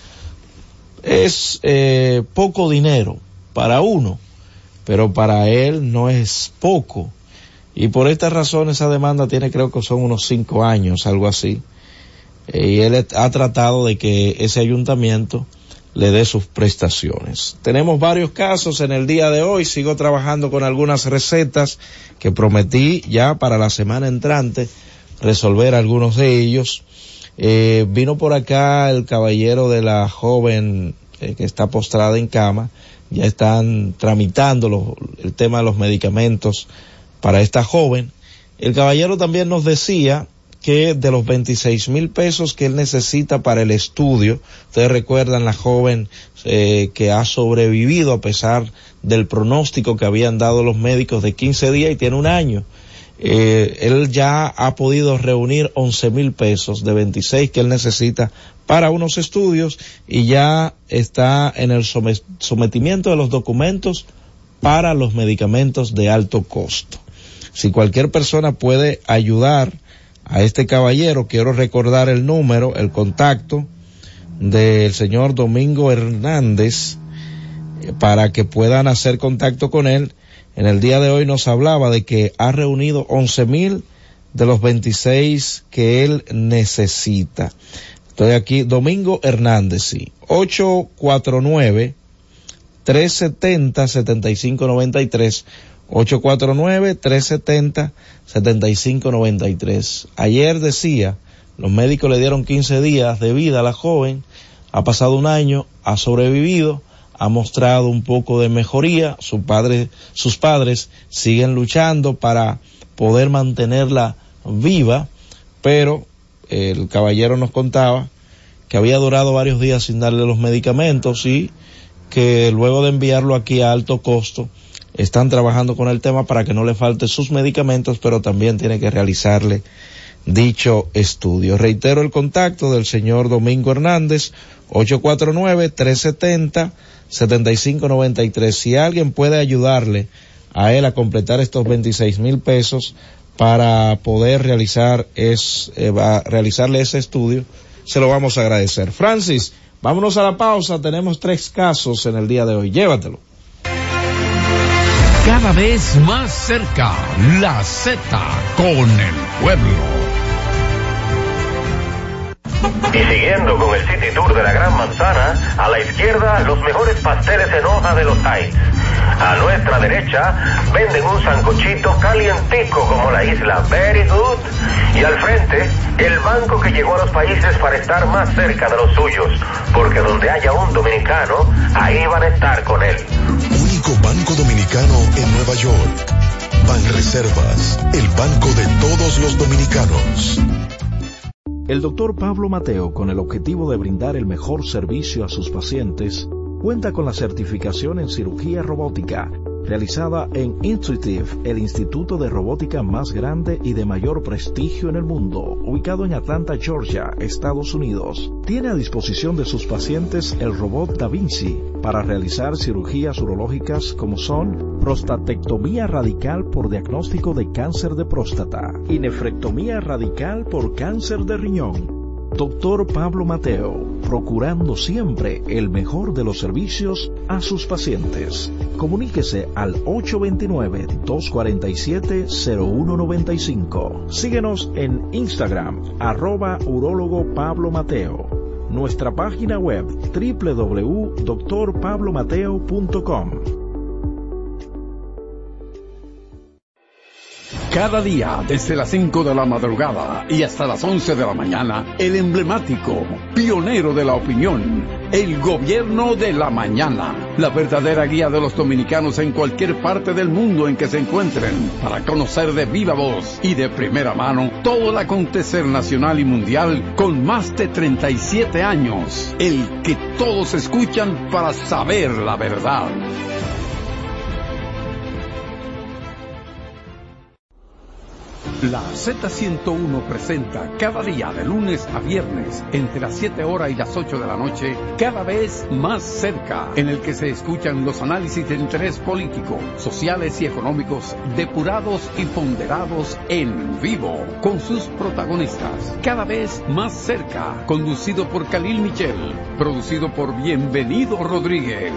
es poco dinero para uno, pero para él no es poco. Y por esta razón esa demanda tiene, creo que son unos 5 años, algo así. Y él ha tratado de que ese ayuntamiento le dé sus prestaciones. Tenemos varios casos en el día de hoy. Sigo trabajando con algunas recetas que prometí ya para la semana entrante resolver algunos de ellos. Vino por acá el caballero de la joven que está postrada en cama. Ya están tramitando el tema de los medicamentos para esta joven. El caballero también nos decía que de los 26,000 pesos que él necesita para el estudio, ustedes recuerdan la joven que ha sobrevivido a pesar del pronóstico que habían dado los médicos de 15 días y tiene 1 año. Él ya ha podido reunir 11,000 pesos de 26 que él necesita para unos estudios y ya está en el sometimiento de los documentos para los medicamentos de alto costo. Si cualquier persona puede ayudar a este caballero, quiero recordar el número, el contacto del señor Domingo Hernández, para que puedan hacer contacto con él. En el día de hoy nos hablaba de que ha reunido 11,000 de los 26 que él necesita. Estoy aquí, Domingo Hernández, sí. 849-370-7593. 849-370-7593. Ayer decía, los médicos le dieron 15 días de vida a la joven, ha pasado 1 año, ha sobrevivido, ha mostrado un poco de mejoría, sus padres siguen luchando para poder mantenerla viva, pero el caballero nos contaba que había durado varios días sin darle los medicamentos y que luego de enviarlo aquí a alto costo, están trabajando con el tema para que no le falte sus medicamentos, pero también tiene que realizarle dicho estudio. Reitero el contacto del señor Domingo Hernández, 849-370-7593. Si alguien puede ayudarle a él a completar estos 26,000 pesos para poder realizarle ese estudio, se lo vamos a agradecer. Francis, vámonos a la pausa, tenemos 3 casos en el día de hoy, llévatelo. Cada vez más cerca, la Z con el pueblo. Y siguiendo con el City Tour de la Gran Manzana, a la izquierda los mejores pasteles en hoja de los Heights. A nuestra derecha venden un sancochito calientico como la isla Very Good. Y al frente, el banco que llegó a los países para estar más cerca de los suyos. Porque donde haya un dominicano, ahí van a estar con él. Único banco dominicano en Nueva York. Banreservas, el banco de todos los dominicanos. El doctor Pablo Mateo, con el objetivo de brindar el mejor servicio a sus pacientes, cuenta con la certificación en cirugía robótica, realizada en Intuitive, el instituto de robótica más grande y de mayor prestigio en el mundo, ubicado en Atlanta, Georgia, Estados Unidos. Tiene a disposición de sus pacientes el robot Da Vinci para realizar cirugías urológicas como son prostatectomía radical por diagnóstico de cáncer de próstata y nefrectomía radical por cáncer de riñón. Doctor Pablo Mateo, procurando siempre el mejor de los servicios a sus pacientes. Comuníquese al 829-247-0195. Síguenos en Instagram, @urólogo Pablo Mateo. Nuestra página web, www.drpablomateo.com. Cada día, desde las 5 de la madrugada y hasta las 11 de la mañana, el emblemático, pionero de la opinión, el Gobierno de la Mañana, la verdadera guía de los dominicanos en cualquier parte del mundo en que se encuentren, para conocer de viva voz y de primera mano todo el acontecer nacional y mundial con más de 37 años, el que todos escuchan para saber la verdad. La Z101 presenta cada día de lunes a viernes entre las 7 horas y las 8 de la noche, cada vez más cerca, en el que se escuchan los análisis de interés político, sociales y económicos depurados y ponderados en vivo con sus protagonistas. Cada vez más cerca, conducido por Khalil Michel, producido por Bienvenido Rodríguez.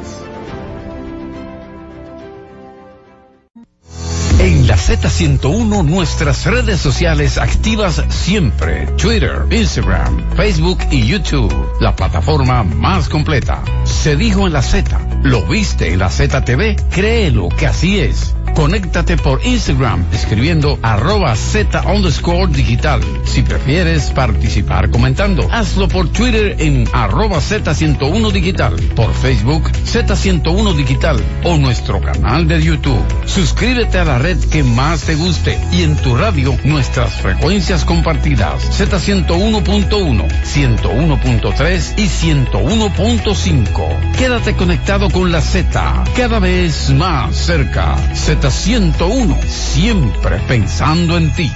En la Z101, nuestras redes sociales activas siempre. Twitter, Instagram, Facebook y YouTube. La plataforma más completa. Se dijo en la Z. ¿Lo viste en la ZTV? Créelo que así es. Conéctate por Instagram escribiendo @Z_digital. Si prefieres participar comentando, hazlo por Twitter en @Z101 digital, por Facebook Z101 digital o nuestro canal de YouTube. Suscríbete a la red que más te guste y en tu radio nuestras frecuencias compartidas Z101.1, 101.3 y 101.5. Quédate conectado con la Z, cada vez más cerca. Z101, siempre pensando en ti.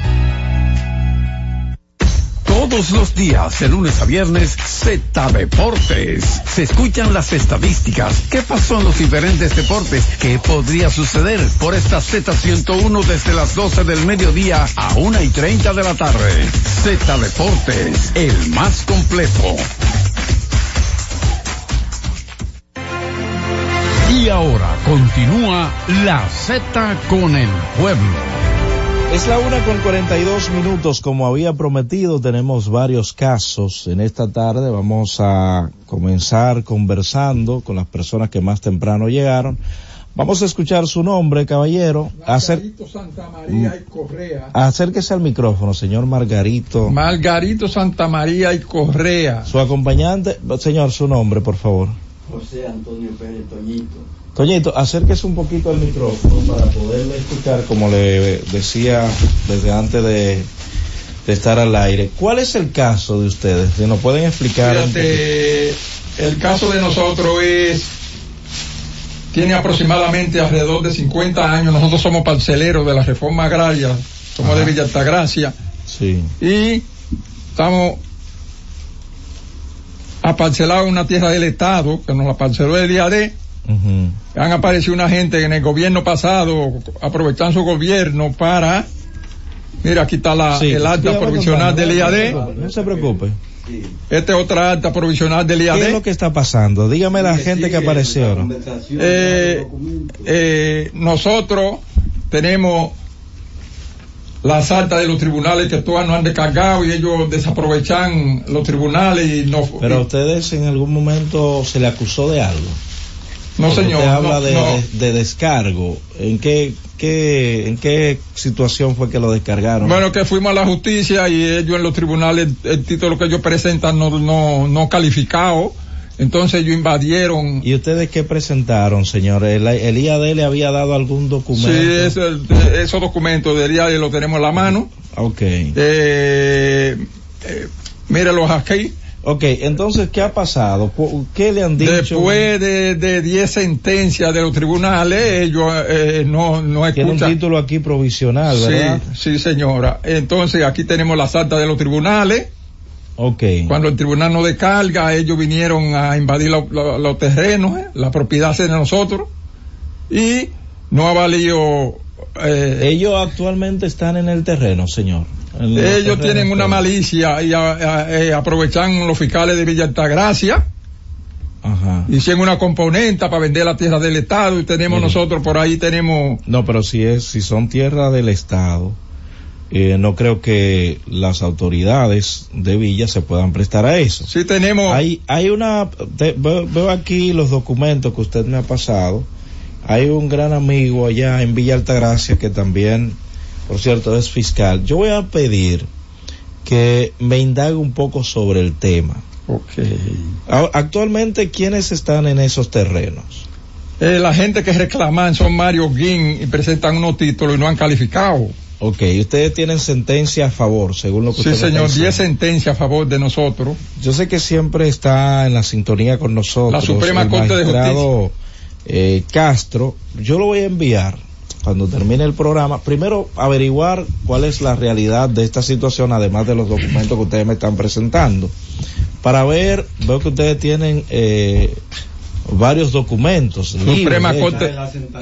Todos los días, de lunes a viernes, Z Deportes. Se escuchan las estadísticas. ¿Qué pasó en los diferentes deportes? ¿Qué podría suceder por esta Z101 desde las 12 del mediodía a 1:30 de la tarde? Z Deportes, el más completo. Y ahora continúa la Z con el pueblo. Es la 1:42, como había prometido. Tenemos varios casos en esta tarde. Vamos a comenzar conversando con las personas que más temprano llegaron. Vamos a escuchar su nombre, caballero. Margarito Santamaría y Correa. Acérquese al micrófono, señor Margarito. Margarito Santamaría y Correa. Su acompañante, señor, su nombre, por favor. José Antonio Pérez Toñito. Toñito, acérquese un poquito al micrófono para poderle escuchar, como le decía desde antes de estar al aire. ¿Cuál es el caso de ustedes? Si nos pueden explicar. Fíjate, el caso de nosotros tiene aproximadamente alrededor de 50 años. Nosotros somos parceleros de la reforma agraria, somos de Villa Altagracia. Sí. Y estamos aparcelados en una tierra del Estado, que nos la parceló el IAD. Han aparecido una gente en el gobierno pasado, aprovechando su gobierno para... Mira, aquí está el acta provisional del IAD. No se preocupe. Esta es otra acta provisional del IAD. ¿Qué es lo que está pasando? Dígame la gente que apareció. Nosotros tenemos las actas de los tribunales que todas nos han descargado y ellos desaprovechan los tribunales y no. Pero a ustedes en algún momento se le acusó de algo. No, señor. Usted habla de descargo. ¿En qué situación fue que lo descargaron? Bueno, que fuimos a la justicia y ellos en los tribunales, el título que ellos presentan no calificado. Entonces ellos invadieron. ¿Y ustedes qué presentaron, señor? ¿El IAD le había dado algún documento? Sí, esos documentos del IAD los tenemos en la mano. Ok. Mírelos aquí. Ok, entonces, ¿qué ha pasado? ¿Qué le han dicho? Después de 10 sentencias de los tribunales, ellos no escuchan. Tiene un título aquí provisional, ¿verdad? Sí, señora. Entonces, aquí tenemos las actas de los tribunales. Ok. Cuando el tribunal no descarga, ellos vinieron a invadir los terrenos, la propiedad es de nosotros, y no ha valido... Ellos actualmente están en el terreno, señor. Ellos tienen una malicia y aprovechan los fiscales de Villa Altagracia. Ajá. Hicieron una componenta para vender la tierra del Estado y tenemos nosotros por ahí tenemos. No, pero si son tierras del Estado, no creo que las autoridades de Villa se puedan prestar a eso. Sí tenemos. Veo aquí los documentos que usted me ha pasado. Hay un gran amigo allá en Villa Altagracia que también, por cierto, es fiscal. Yo voy a pedir que me indague un poco sobre el tema. Okay. Actualmente, ¿quiénes están en esos terrenos? La gente que reclaman son Mario Guin y presentan unos títulos y no han calificado. Ok, ustedes tienen sentencia a favor, según lo que usted me señor, 10 sentencias a favor de nosotros. Yo sé que siempre está en la sintonía con nosotros. La Suprema Corte de Justicia. Castro, yo lo voy a enviar cuando termine el programa, primero averiguar cuál es la realidad de esta situación, además de los documentos que ustedes me están presentando, para veo que ustedes tienen varios documentos. Suprema Corte,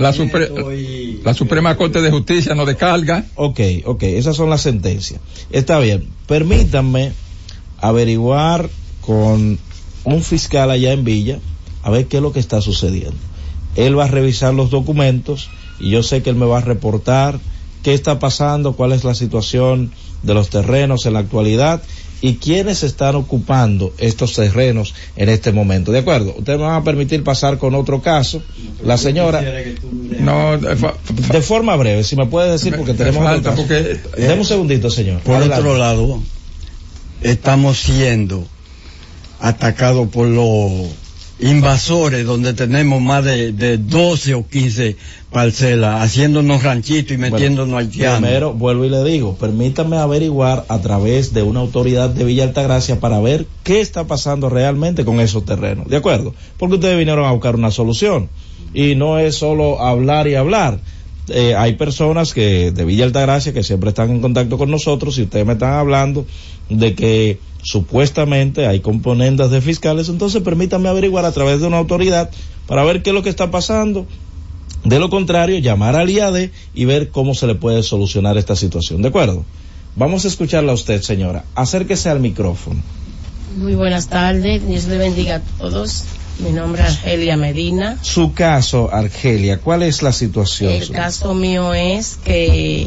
la Suprema Corte de Justicia nos descarga. Ok, esas son las sentencias. Está bien, permítanme averiguar con un fiscal allá en Villa, a ver qué es lo que está sucediendo. Él va a revisar los documentos y yo sé que él me va a reportar qué está pasando, cuál es la situación de los terrenos en la actualidad y quiénes están ocupando estos terrenos en este momento. ¿De acuerdo? Ustedes me van a permitir pasar con otro caso. La señora... No, de forma breve, si me puede decir, porque tenemos otro caso. Deme un segundito, señor. Por otro lado, estamos siendo atacados por los invasores, donde tenemos más de 12 o 15 parcelas, haciéndonos ranchitos y metiéndonos haitianos. Primero, vuelvo y le digo, permítame averiguar a través de una autoridad de Villa Altagracia para ver qué está pasando realmente con esos terrenos, ¿de acuerdo? Porque ustedes vinieron a buscar una solución, y no es solo hablar y hablar. Hay personas que de Villa Altagracia que siempre están en contacto con nosotros y ustedes me están hablando de que supuestamente hay componentes de fiscales, entonces permítanme averiguar a través de una autoridad para ver qué es lo que está pasando. De lo contrario, llamar al IAD y ver cómo se le puede solucionar esta situación, ¿de acuerdo? Vamos a escucharla a usted, señora. Acérquese al micrófono. Muy buenas tardes, Dios le bendiga a todos. Mi nombre es Argelia Medina. Su caso, Argelia, ¿cuál es la situación? El caso mío es que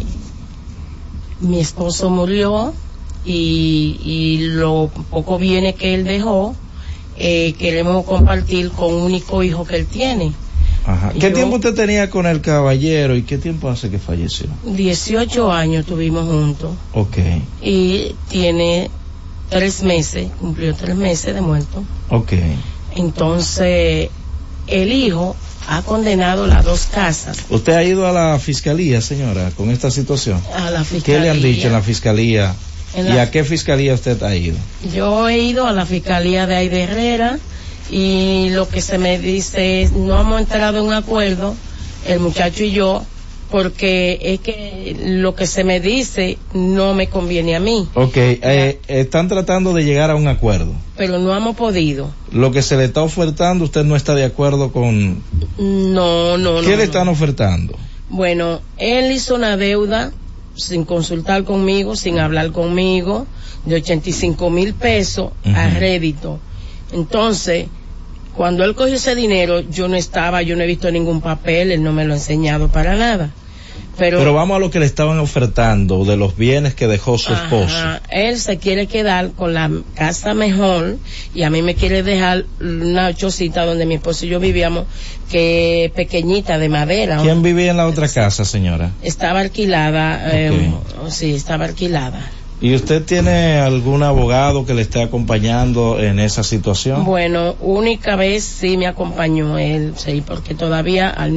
mi esposo murió y lo poco bienes que él dejó, queremos compartir con un único hijo que él tiene. Ajá. ¿Qué tiempo usted tenía con el caballero y qué tiempo hace que falleció? 18 años tuvimos juntos. Ok. Y tiene 3 meses, cumplió 3 meses de muerto. Ok. Entonces, el hijo ha condenado las 2 casas. ¿Usted ha ido a la fiscalía, señora, con esta situación? A la fiscalía. ¿Qué le han dicho en la fiscalía ¿Y a qué fiscalía usted ha ido? Yo he ido a la fiscalía de Aide Herrera y lo que se me dice es, no hemos entrado en un acuerdo, el muchacho y yo, porque es que lo que se me dice no me conviene a mí. Ok, están tratando de llegar a un acuerdo. Pero no hemos podido. Lo que se le está ofertando, ¿usted no está de acuerdo con...? No. ¿Qué le están ofertando? Bueno, él hizo una deuda sin consultar conmigo, sin hablar conmigo, de 85,000 pesos a rédito. Entonces, cuando él cogió ese dinero, yo no he visto ningún papel, él no me lo ha enseñado para nada. Pero vamos a lo que le estaban ofertando de los bienes que dejó su esposo. Él se quiere quedar con la casa mejor y a mí me quiere dejar una chocita donde mi esposo y yo vivíamos, que es pequeñita, de madera. ¿Quién vivía en la otra casa, señora? Estaba alquilada, sí, estaba alquilada. ¿Y usted tiene algún abogado que le esté acompañando en esa situación? Bueno, única vez sí me acompañó él, sí, porque todavía al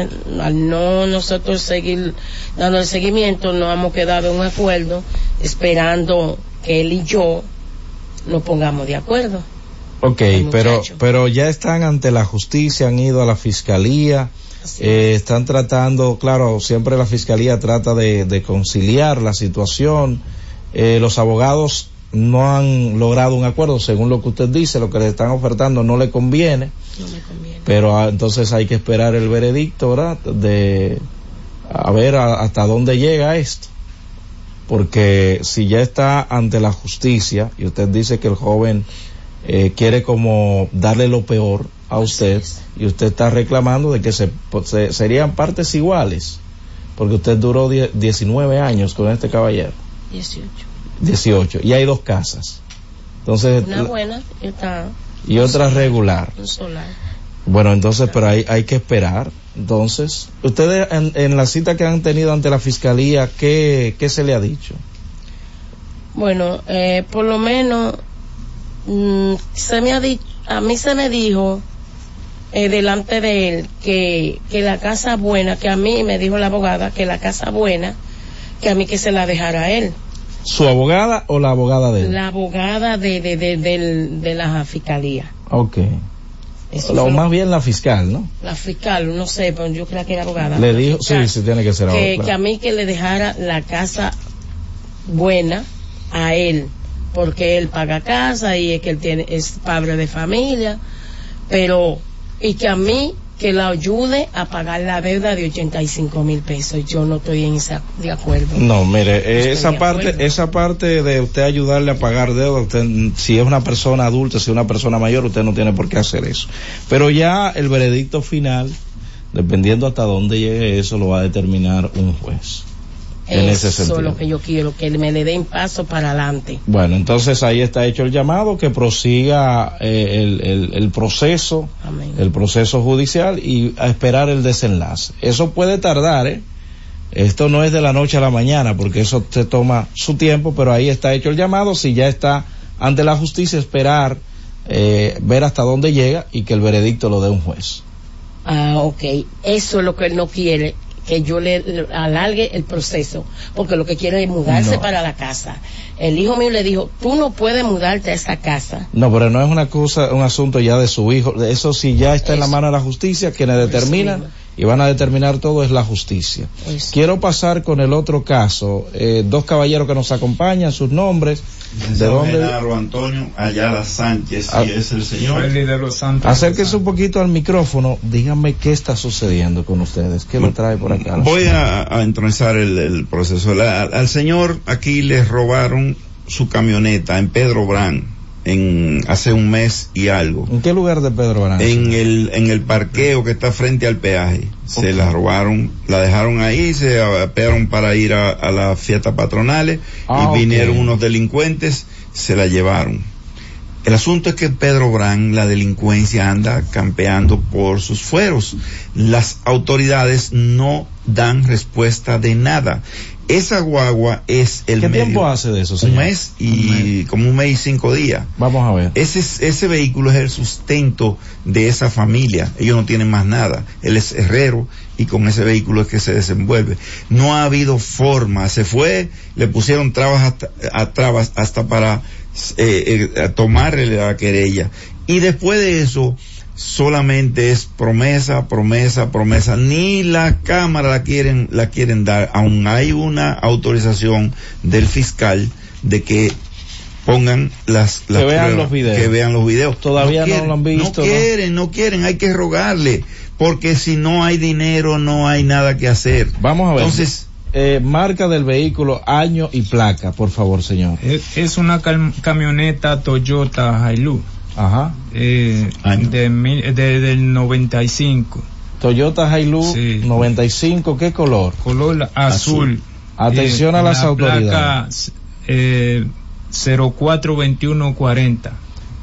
no nosotros seguir dando el seguimiento, no hemos quedado en un acuerdo, esperando que él y yo nos pongamos de acuerdo. Ok, pero ya están ante la justicia, han ido a la fiscalía, están tratando, claro, siempre la fiscalía trata de conciliar la situación. Los abogados no han logrado un acuerdo, según lo que usted dice, lo que le están ofertando no le conviene. Pero entonces hay que esperar el veredicto, ¿verdad? A ver hasta dónde llega esto. Porque si ya está ante la justicia y usted dice que el joven quiere como darle lo peor a usted, y usted está reclamando de que serían partes iguales, porque usted duró 19 años con este caballero. 18. Y hay 2 casas. Entonces, una buena y otra regular. Un solar. Bueno, entonces, pero hay que esperar. Entonces, ustedes en la cita que han tenido ante la fiscalía, ¿qué se le ha dicho? Bueno, por lo menos a mí se me dijo delante de él que la casa buena, que a mí me dijo la abogada que la casa buena, que a mí que se la dejara a él. ¿Su abogada o la abogada de él? La abogada de la fiscalía. Okay. Más bien la fiscal, ¿no? La fiscal, no sé, pero yo creo que era abogada. Le dijo, sí, tiene que ser abogada. Que a mí que le dejara la casa buena a él, porque él paga casa y es que él es padre de familia, y que a mí que la ayude a pagar la deuda de 85,000 pesos. Yo no estoy de acuerdo. No, mire, esa parte de usted ayudarle a pagar deuda, usted, si es una persona adulta, si es una persona mayor, usted no tiene por qué hacer eso. Pero ya el veredicto final, dependiendo hasta dónde llegue eso, lo va a determinar un juez. En ese sentido. Eso es lo que yo quiero, que me le den paso para adelante. Bueno, entonces ahí está hecho el llamado, que prosiga el proceso, amén, el proceso judicial, y a esperar el desenlace. Eso puede tardar, esto no es de la noche a la mañana, porque eso se toma su tiempo, pero ahí está hecho el llamado. Si ya está ante la justicia, esperar, ver hasta dónde llega y que el veredicto lo dé un juez. Ok, eso es lo que él no quiere, que yo le alargue el proceso, porque lo que quiere es mudarse para la casa. El hijo mío le dijo, tú no puedes mudarte a esa casa. No, pero no es un asunto ya de su hijo. Eso sí ya está en la mano de la justicia, quienes determinan y van a determinar todo es la justicia. Quiero pasar con el otro caso. 2 caballeros que nos acompañan, sus nombres. ¿De dónde? Genaro Antonio Ayala Sánchez, y es el señor. Acérquese un poquito al micrófono, díganme qué está sucediendo con ustedes, qué lo trae por acá. Voy a entronizar el proceso. Al señor aquí le robaron su camioneta en Pedro Brán, hace un mes y algo. ¿En qué lugar de Pedro Brán? En el parqueo que está frente al peaje. Se la robaron, la dejaron ahí, se apearon para ir a las fiestas patronales y vinieron unos delincuentes, se la llevaron. El asunto es que Pedro Brán, la delincuencia anda campeando por sus fueros. Las autoridades no dan respuesta de nada. Esa guagua es el ¿Qué medio. tiempo hace de eso, señor? Un mes y como un mes y 5 días. Vamos a ver. Ese vehículo es el sustento de esa familia. Ellos no tienen más nada. Él es herrero y con ese vehículo es que se desenvuelve. No ha habido forma. Se fue, le pusieron trabas hasta para tomarle la querella. Y después de eso, solamente es promesa. Ni la Cámara la quieren dar. Aún hay una autorización del fiscal de que pongan las que vean los videos. Que vean los videos. Todavía no lo han visto. No quieren, hay que rogarle, porque si no hay dinero, no hay nada que hacer. Vamos a ver. Entonces, marca del vehículo, año y placa, por favor, señor. Es una camioneta Toyota Hilux. Ajá. Del 95. Toyota Hilux, sí. 95, ¿qué color? Color azul. Atención a las autoridades. Placa 042140.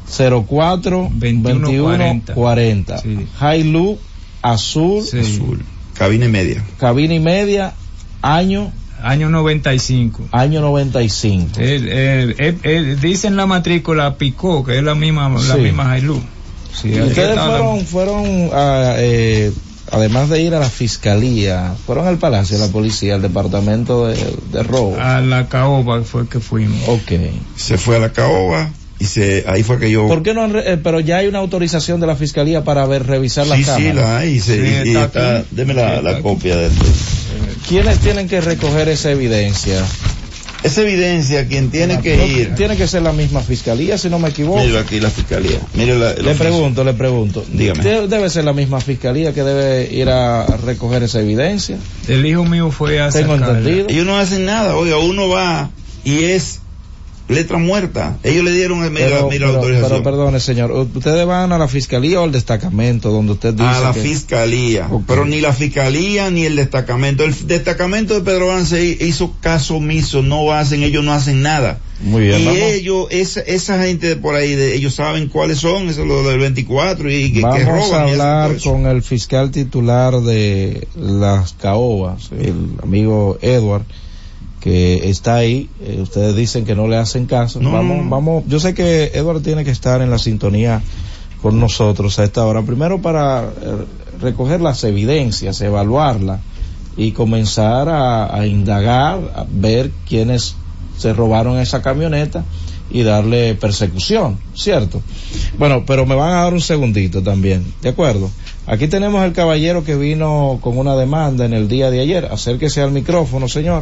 042140. Sí. Hilux azul. Sí. Azul. Cabina y media. Año 95. Año 95. Dicen la matrícula Picó, que es la misma Hilux. Sí, ustedes fueron además de ir a la fiscalía, fueron al Palacio de la Policía, al departamento de robo. A la Caoba fue que fuimos. Okay. Se fue a la Caoba y ahí fue que yo. ¿Por qué no? Pero ya hay una autorización de la fiscalía para revisar las cámaras. Sí, la hay. Deme la copia de esto. ¿Quiénes tienen que recoger esa evidencia? Esa evidencia, quien tiene que ir. Tiene que ser la misma fiscalía, si no me equivoco. Mira aquí la fiscalía. Le pregunto. Dígame. Debe ser la misma fiscalía que debe ir a recoger esa evidencia. El hijo mío fue a Tengo entendido. Ellos no hacen nada. Oiga, uno va y es letra muerta. Ellos le dieron la autorización. Pero perdone, señor, ¿ustedes van a la fiscalía o al destacamento donde usted dice a la fiscalía? Okay. Pero ni la fiscalía ni el destacamento. El destacamento de Pedro Brán se hizo caso omiso. Ellos no hacen nada. Muy bien. Y vamos. ellos, esa gente de por ahí, ellos saben cuáles son, eso es lo del 24 y que roban. Vamos a hablar con el fiscal titular de las Caobas, el amigo Edward, que está ahí. Ustedes dicen que no le hacen caso. Vamos. Yo sé que Edward tiene que estar en la sintonía con nosotros a esta hora. Primero para recoger las evidencias, evaluarla y comenzar a indagar, a ver quiénes se robaron esa camioneta y darle persecución, ¿cierto? Bueno, pero me van a dar un segundito también, ¿de acuerdo? Aquí tenemos al caballero que vino con una demanda en el día de ayer. Acérquese al micrófono, señor.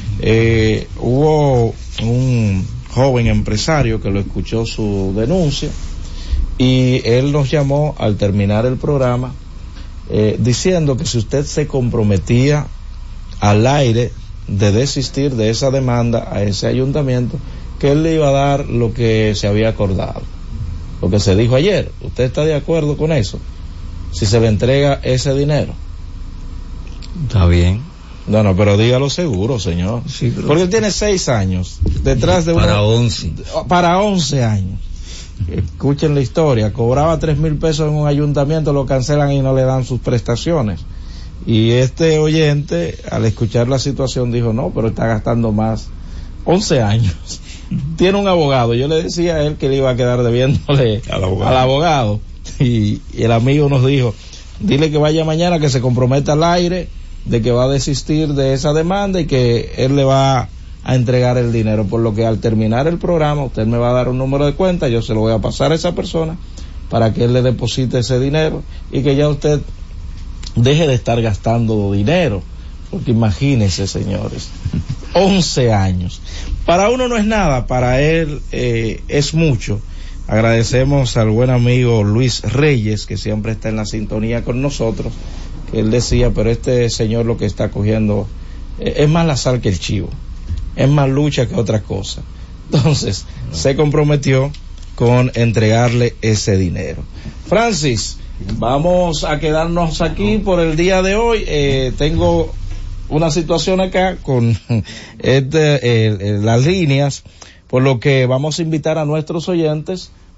Hubo un joven empresario que lo escuchó su denuncia y él nos llamó al terminar el programa diciendo que si usted se comprometía al aire de desistir de esa demanda a ese ayuntamiento, que él le iba a dar lo que se había acordado, lo que se dijo ayer. ¿Usted está de acuerdo con eso? Si se le entrega ese dinero. Está bien. No, pero dígalo seguro, señor. Sí, porque él tiene 6 años detrás de para 11. Para 11 años. Escuchen la historia. Cobraba 3,000 pesos en un ayuntamiento, lo cancelan y no le dan sus prestaciones. Y este oyente, al escuchar la situación, dijo, no, pero está gastando más. 11 años. Tiene un abogado. Yo le decía a él que le iba a quedar debiéndole al abogado. Y el amigo nos dijo, dile que vaya mañana, que se comprometa al aire de que va a desistir de esa demanda y que él le va a entregar el dinero. Por lo que al terminar el programa, usted me va a dar un número de cuenta, yo se lo voy a pasar a esa persona para que él le deposite ese dinero y que ya usted deje de estar gastando dinero. Porque imagínense, señores, 11 años. Para uno no es nada, para él es mucho. Agradecemos al buen amigo Luis Reyes, que siempre está en la sintonía con nosotros, que él decía, pero este señor lo que está cogiendo es más la sal que el chivo, es más lucha que otra cosa. Entonces, se comprometió con entregarle ese dinero. Francis, vamos a quedarnos aquí por el día de hoy. Tengo una situación acá con las líneas, por lo que vamos a invitar a nuestros oyentes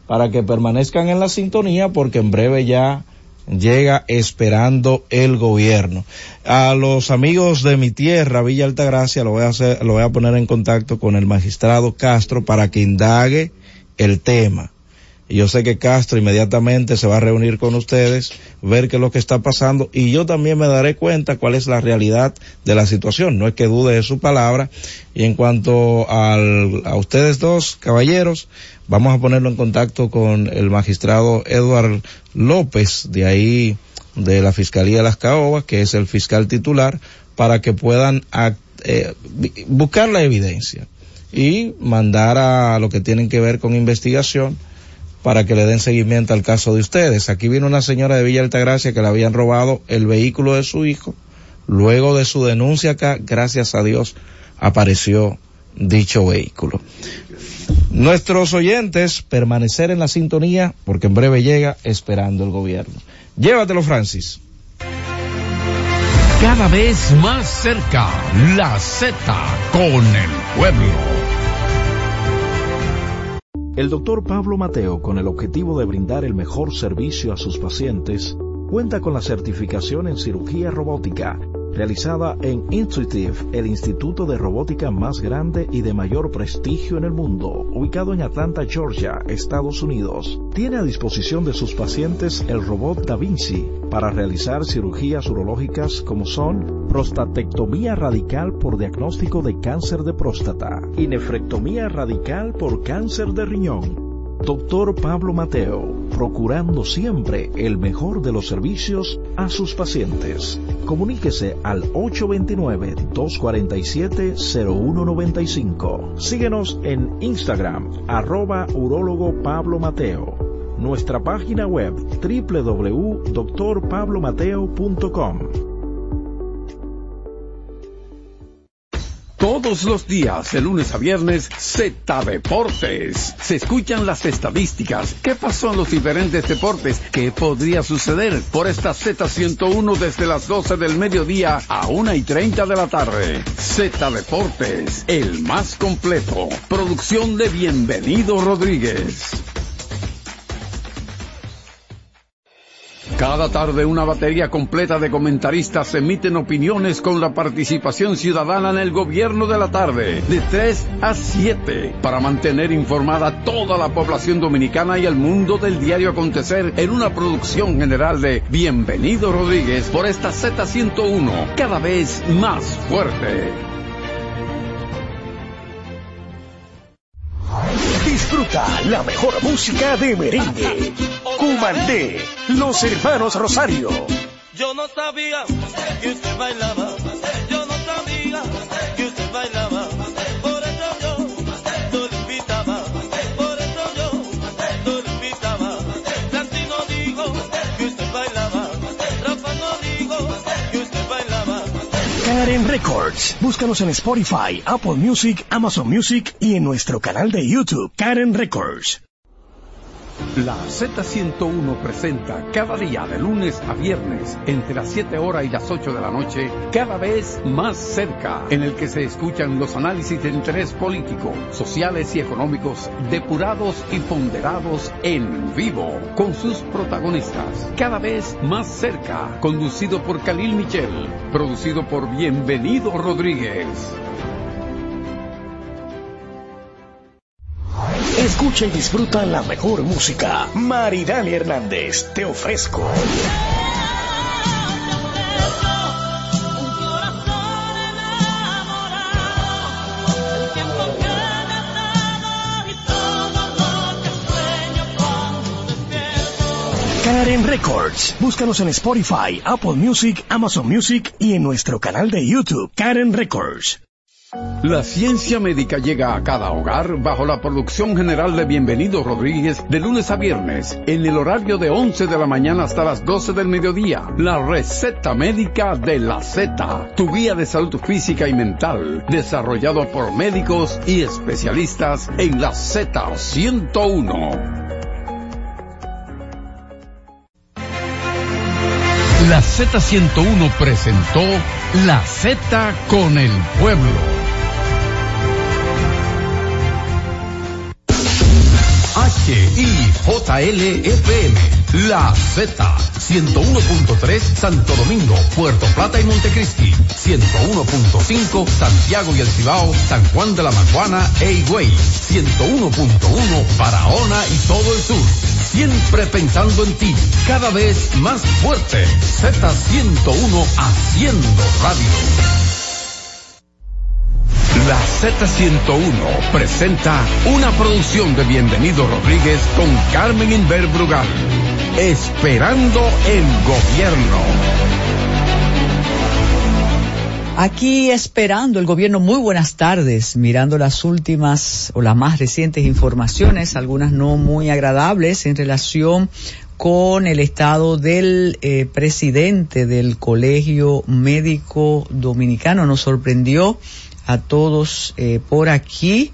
para que permanezcan en la sintonía porque en breve ya llega Esperando el Gobierno. A los amigos de mi tierra, Villa Altagracia, lo voy a poner en contacto con el magistrado Castro para que indague el tema. Y yo sé que Castro inmediatamente se va a reunir con ustedes, ver qué es lo que está pasando, y yo también me daré cuenta cuál es la realidad de la situación. No es que dude de su palabra. Y en cuanto a ustedes dos, caballeros, vamos a ponerlo en contacto con el magistrado Edward López, de ahí, de la Fiscalía de Las Caobas, que es el fiscal titular, para que puedan buscar la evidencia y mandar a lo que tienen que ver con investigación para que le den seguimiento al caso de ustedes. Aquí vino una señora de Villa Altagracia que le habían robado el vehículo de su hijo. Luego de su denuncia acá, gracias a Dios, apareció dicho vehículo. Nuestros oyentes, permanecer en la sintonía, porque en breve llega Esperando el Gobierno. Llévatelo, Francis. Cada vez más cerca, la Z con el pueblo. El doctor Pablo Mateo, con el objetivo de brindar el mejor servicio a sus pacientes, cuenta con la certificación en cirugía robótica, realizada en Intuitive, el instituto de robótica más grande y de mayor prestigio en el mundo, ubicado en Atlanta, Georgia, Estados Unidos. Tiene a disposición de sus pacientes el robot Da Vinci para realizar cirugías urológicas como son prostatectomía radical por diagnóstico de cáncer de próstata y nefrectomía radical por cáncer de riñón. Doctor Pablo Mateo, procurando siempre el mejor de los servicios a sus pacientes. Comuníquese al 829-247-0195. Síguenos en Instagram, @urólogo Pablo Mateo. Nuestra página web, www.drpablomateo.com. Todos los días, de lunes a viernes, Z Deportes. Se escuchan las estadísticas. ¿Qué pasó en los diferentes deportes? ¿Qué podría suceder? Por esta Z101 desde las 12 del mediodía a 1:30 de la tarde. Z Deportes, el más completo. Producción de Bienvenido Rodríguez. Cada tarde una batería completa de comentaristas emiten opiniones con la participación ciudadana en el gobierno de la tarde, de 3 a 7, para mantener informada a toda la población dominicana y el mundo del diario acontecer en una producción general de Bienvenido Rodríguez por esta Z101, cada vez más fuerte. Disfruta la mejor música de merengue. Cumandé, los hermanos Rosario. Yo no sabía que usted bailaba, yo no sabía que usted bailaba, por eso yo lo invitaba, por eso yo lo invitaba. Santino dijo que usted bailaba, Rafa no dijo que usted bailaba. Karen Records, búscanos en Spotify, Apple Music, Amazon Music y en nuestro canal de YouTube, Karen Records. La Z101 presenta cada día de lunes a viernes entre las 7 horas y las 8 de la noche, cada vez más cerca, en el que se escuchan los análisis de interés político, sociales y económicos depurados y ponderados en vivo con sus protagonistas. Cada vez más cerca, conducido por Khalil Michel, producido por Bienvenido Rodríguez. Escucha y disfruta la mejor música. Maridani Hernández, te ofrezco. Karen Records. Búscanos en Spotify, Apple Music, Amazon Music y en nuestro canal de YouTube, Karen Records. La ciencia médica llega a cada hogar bajo la producción general de Bienvenido Rodríguez de lunes a viernes en el horario de 11 de la mañana hasta las 12 del mediodía. La receta médica de la Z, tu guía de salud física y mental, desarrollado por médicos y especialistas en la Z101. La Z101 presentó La Z con el pueblo. y JLFM. La Z, 101.3 Santo Domingo, Puerto Plata y Montecristi, 101.5 Santiago y El Cibao, San Juan de la Maguana e Higüey, 101.1 Barahona y todo el sur. Siempre pensando en ti, cada vez más fuerte. Z101 haciendo radio. La Z101 presenta una producción de Bienvenido Rodríguez con Carmen Inver Brugal. Esperando el gobierno. Aquí esperando el gobierno. Muy buenas tardes, mirando las últimas o las más recientes informaciones, algunas no muy agradables en relación con el estado del presidente del Colegio Médico Dominicano. Nos sorprendió a todos por aquí.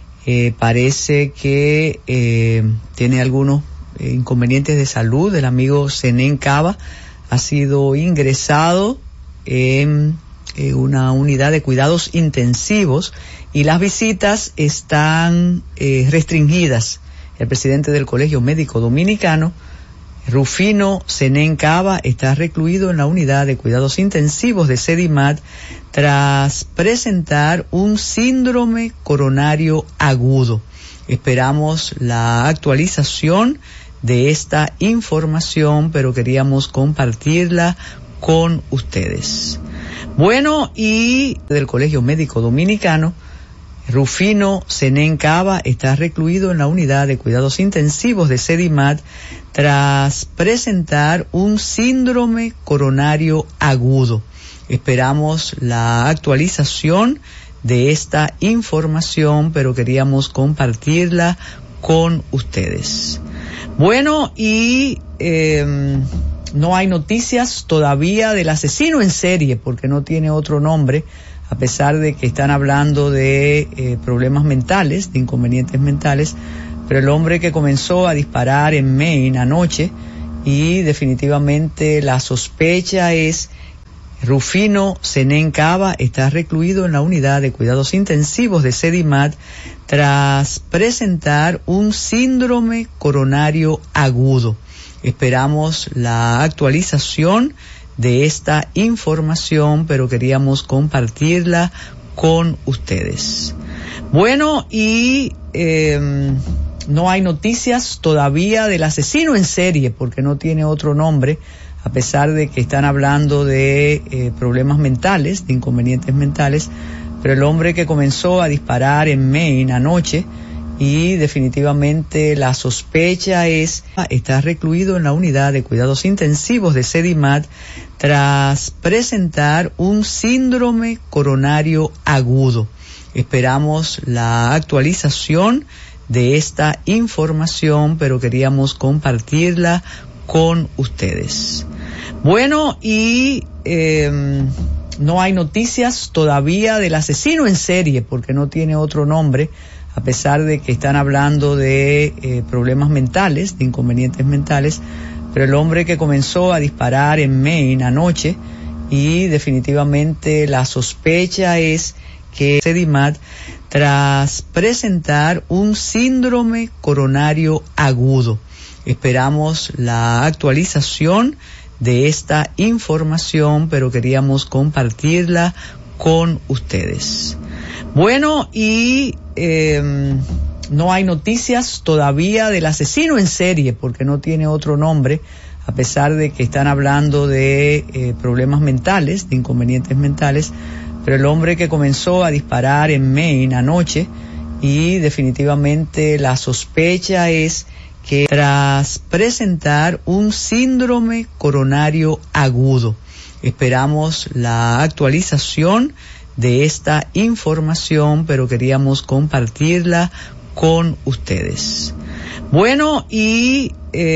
Parece que tiene algunos inconvenientes de salud. El amigo Zenén Cava ha sido ingresado en una unidad de cuidados intensivos y las visitas están restringidas. El presidente del Colegio Médico Dominicano, Rufino Zenén Cava, está recluido en la unidad de cuidados intensivos de Sedimat tras presentar un síndrome coronario agudo. Esperamos la actualización de esta información, pero queríamos compartirla con ustedes. Bueno, y del Colegio Médico Dominicano, Rufino Zenén Cava está recluido en la unidad de cuidados intensivos de Sedimat tras presentar un síndrome coronario agudo. Esperamos la actualización de esta información, pero queríamos compartirla con ustedes. Bueno, y no hay noticias todavía del asesino en serie, porque no tiene otro nombre, a pesar de que están hablando de problemas mentales, de inconvenientes mentales, pero el hombre que comenzó a disparar en Maine anoche, y definitivamente la sospecha es Rufino Zenén Cava, está recluido en la unidad de cuidados intensivos de Sedimat tras presentar un síndrome coronario agudo. Esperamos la actualización de esta información, pero queríamos compartirla con ustedes. Bueno, y no hay noticias todavía del asesino en serie, porque no tiene otro nombre, a pesar de que están hablando de problemas mentales, de inconvenientes mentales, pero el hombre que comenzó a disparar en Maine anoche, y definitivamente la sospecha es, está recluido en la unidad de cuidados intensivos de Sedimat tras presentar un síndrome coronario agudo. Esperamos la actualización de esta información, pero queríamos compartirla con ustedes. Bueno, y no hay noticias todavía del asesino en serie, porque no tiene otro nombre, a pesar de que están hablando de problemas mentales, de inconvenientes mentales, pero el hombre que comenzó a disparar en Maine anoche, y definitivamente la sospecha es que Sedimat, tras presentar un síndrome coronario agudo. Esperamos la actualización de esta información, pero queríamos compartirla con ustedes. Bueno, y no hay noticias todavía del asesino en serie, porque no tiene otro nombre, a pesar de que están hablando de problemas mentales, de inconvenientes mentales, pero el hombre que comenzó a disparar en Maine anoche, y definitivamente la sospecha es que tras presentar un síndrome coronario agudo. Esperamos la actualización de esta información, pero queríamos compartirla con ustedes. Bueno, y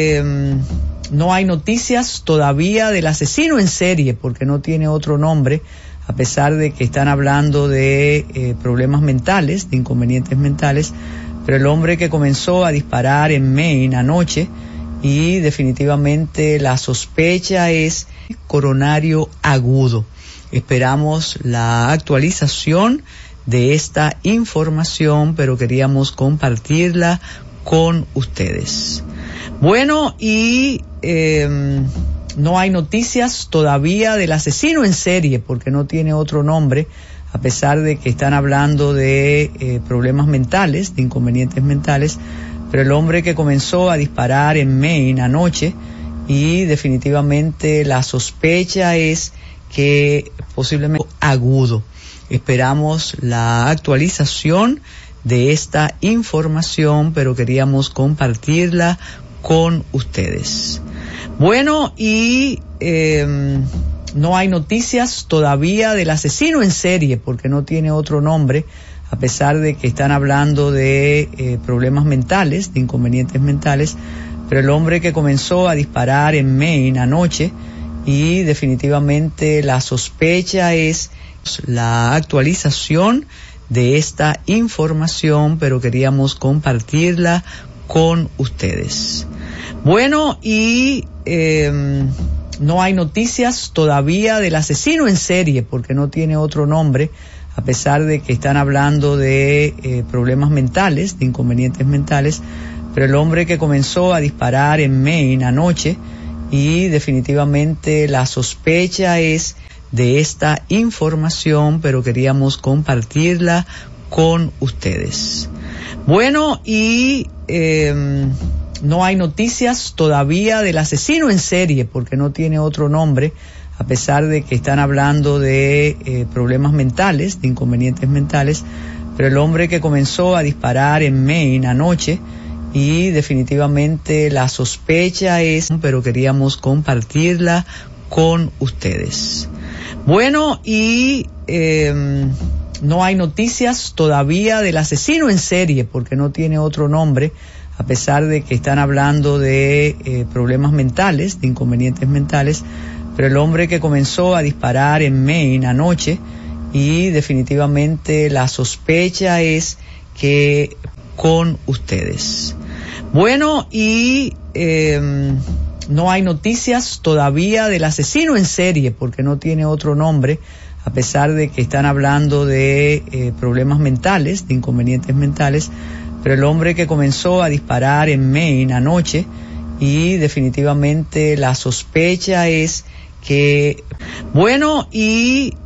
no hay noticias todavía del asesino en serie, porque no tiene otro nombre, a pesar de que están hablando de problemas mentales, de inconvenientes mentales, pero el hombre que comenzó a disparar en Maine anoche, y definitivamente la sospecha es coronario agudo. Esperamos la actualización de esta información, pero queríamos compartirla con ustedes. Bueno, y no hay noticias todavía del asesino en serie, porque no tiene otro nombre, a pesar de que están hablando de problemas mentales, de inconvenientes mentales, pero el hombre que comenzó a disparar en Maine anoche, y definitivamente la sospecha es que posiblemente agudo. Esperamos la actualización de esta información, pero queríamos compartirla con ustedes. Bueno, y no hay noticias todavía del asesino en serie, porque no tiene otro nombre, a pesar de que están hablando de problemas mentales, de inconvenientes mentales, pero el hombre que comenzó a disparar en Maine anoche, y definitivamente la sospecha es la actualización de esta información, pero queríamos compartirla con ustedes. Bueno, y no hay noticias todavía del asesino en serie, porque no tiene otro nombre, a pesar de que están hablando de problemas mentales, de inconvenientes mentales, pero el hombre que comenzó a disparar en Maine anoche, y definitivamente la sospecha es de esta información, pero queríamos compartirla con ustedes. Bueno, y no hay noticias todavía del asesino en serie, porque no tiene otro nombre, a pesar de que están hablando de problemas mentales, de inconvenientes mentales, pero el hombre que comenzó a disparar en Maine anoche, y definitivamente la sospecha es, pero queríamos compartirla con ustedes. Bueno, y no hay noticias todavía del asesino en serie, porque no tiene otro nombre, a pesar de que están hablando de problemas mentales, de inconvenientes mentales, pero el hombre que comenzó a disparar en Maine anoche, y definitivamente la sospecha es que con ustedes. Bueno, y no hay noticias todavía del asesino en serie, porque no tiene otro nombre, a pesar de que están hablando de problemas mentales, de inconvenientes mentales, pero el hombre que comenzó a disparar en Maine anoche, y definitivamente la sospecha es que, bueno, y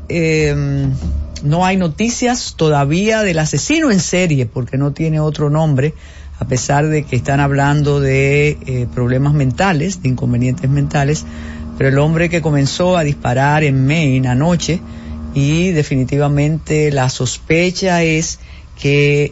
no hay noticias todavía del asesino en serie, porque no tiene otro nombre, a pesar de que están hablando de problemas mentales, de inconvenientes mentales, pero el hombre que comenzó a disparar en Maine anoche, y definitivamente la sospecha es que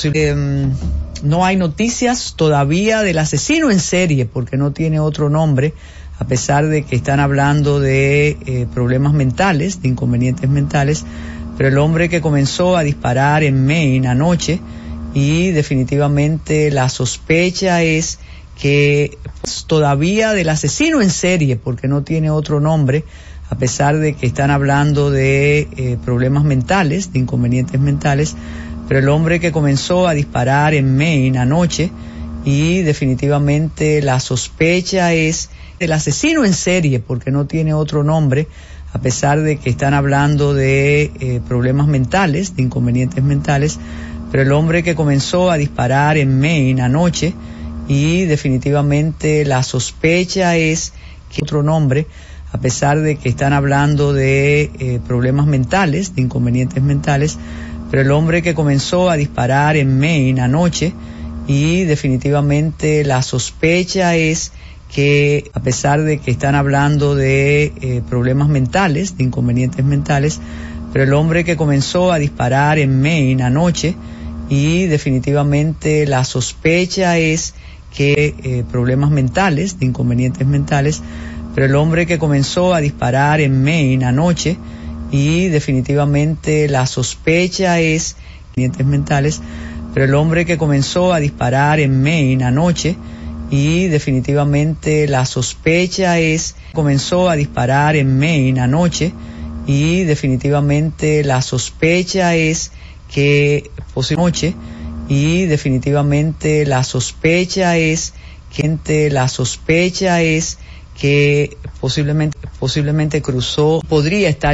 no hay noticias todavía del asesino en serie, porque no tiene otro nombre, a pesar de que están hablando de problemas mentales, de inconvenientes mentales, pero el hombre que comenzó a disparar en Maine anoche, y definitivamente la sospecha es que todavía del asesino en serie, porque no tiene otro nombre, a pesar de que están hablando de problemas mentales, de inconvenientes mentales, pero el hombre que comenzó a disparar en Maine anoche, y definitivamente la sospecha es del asesino en serie, porque no tiene otro nombre, a pesar de que están hablando de problemas mentales, de inconvenientes mentales, pero el hombre que comenzó a disparar en Maine anoche, y definitivamente la sospecha es que otro nombre, a pesar de que están hablando de problemas mentales, de inconvenientes mentales, pero el hombre que comenzó a disparar en Maine anoche, y definitivamente la sospecha es que, a pesar de que están hablando de problemas mentales, de inconvenientes mentales, pero el hombre que comenzó a disparar en Maine anoche, y definitivamente la sospecha es que problemas mentales, de inconvenientes mentales, pero el hombre que comenzó a disparar en Maine anoche, y definitivamente la sospecha es inconvenientes mentales, pero el hombre que comenzó a disparar en Maine anoche, y definitivamente la sospecha es comenzó a disparar en Maine anoche, y definitivamente la sospecha es que noche, y definitivamente la sospecha es que posiblemente cruzó, podría estar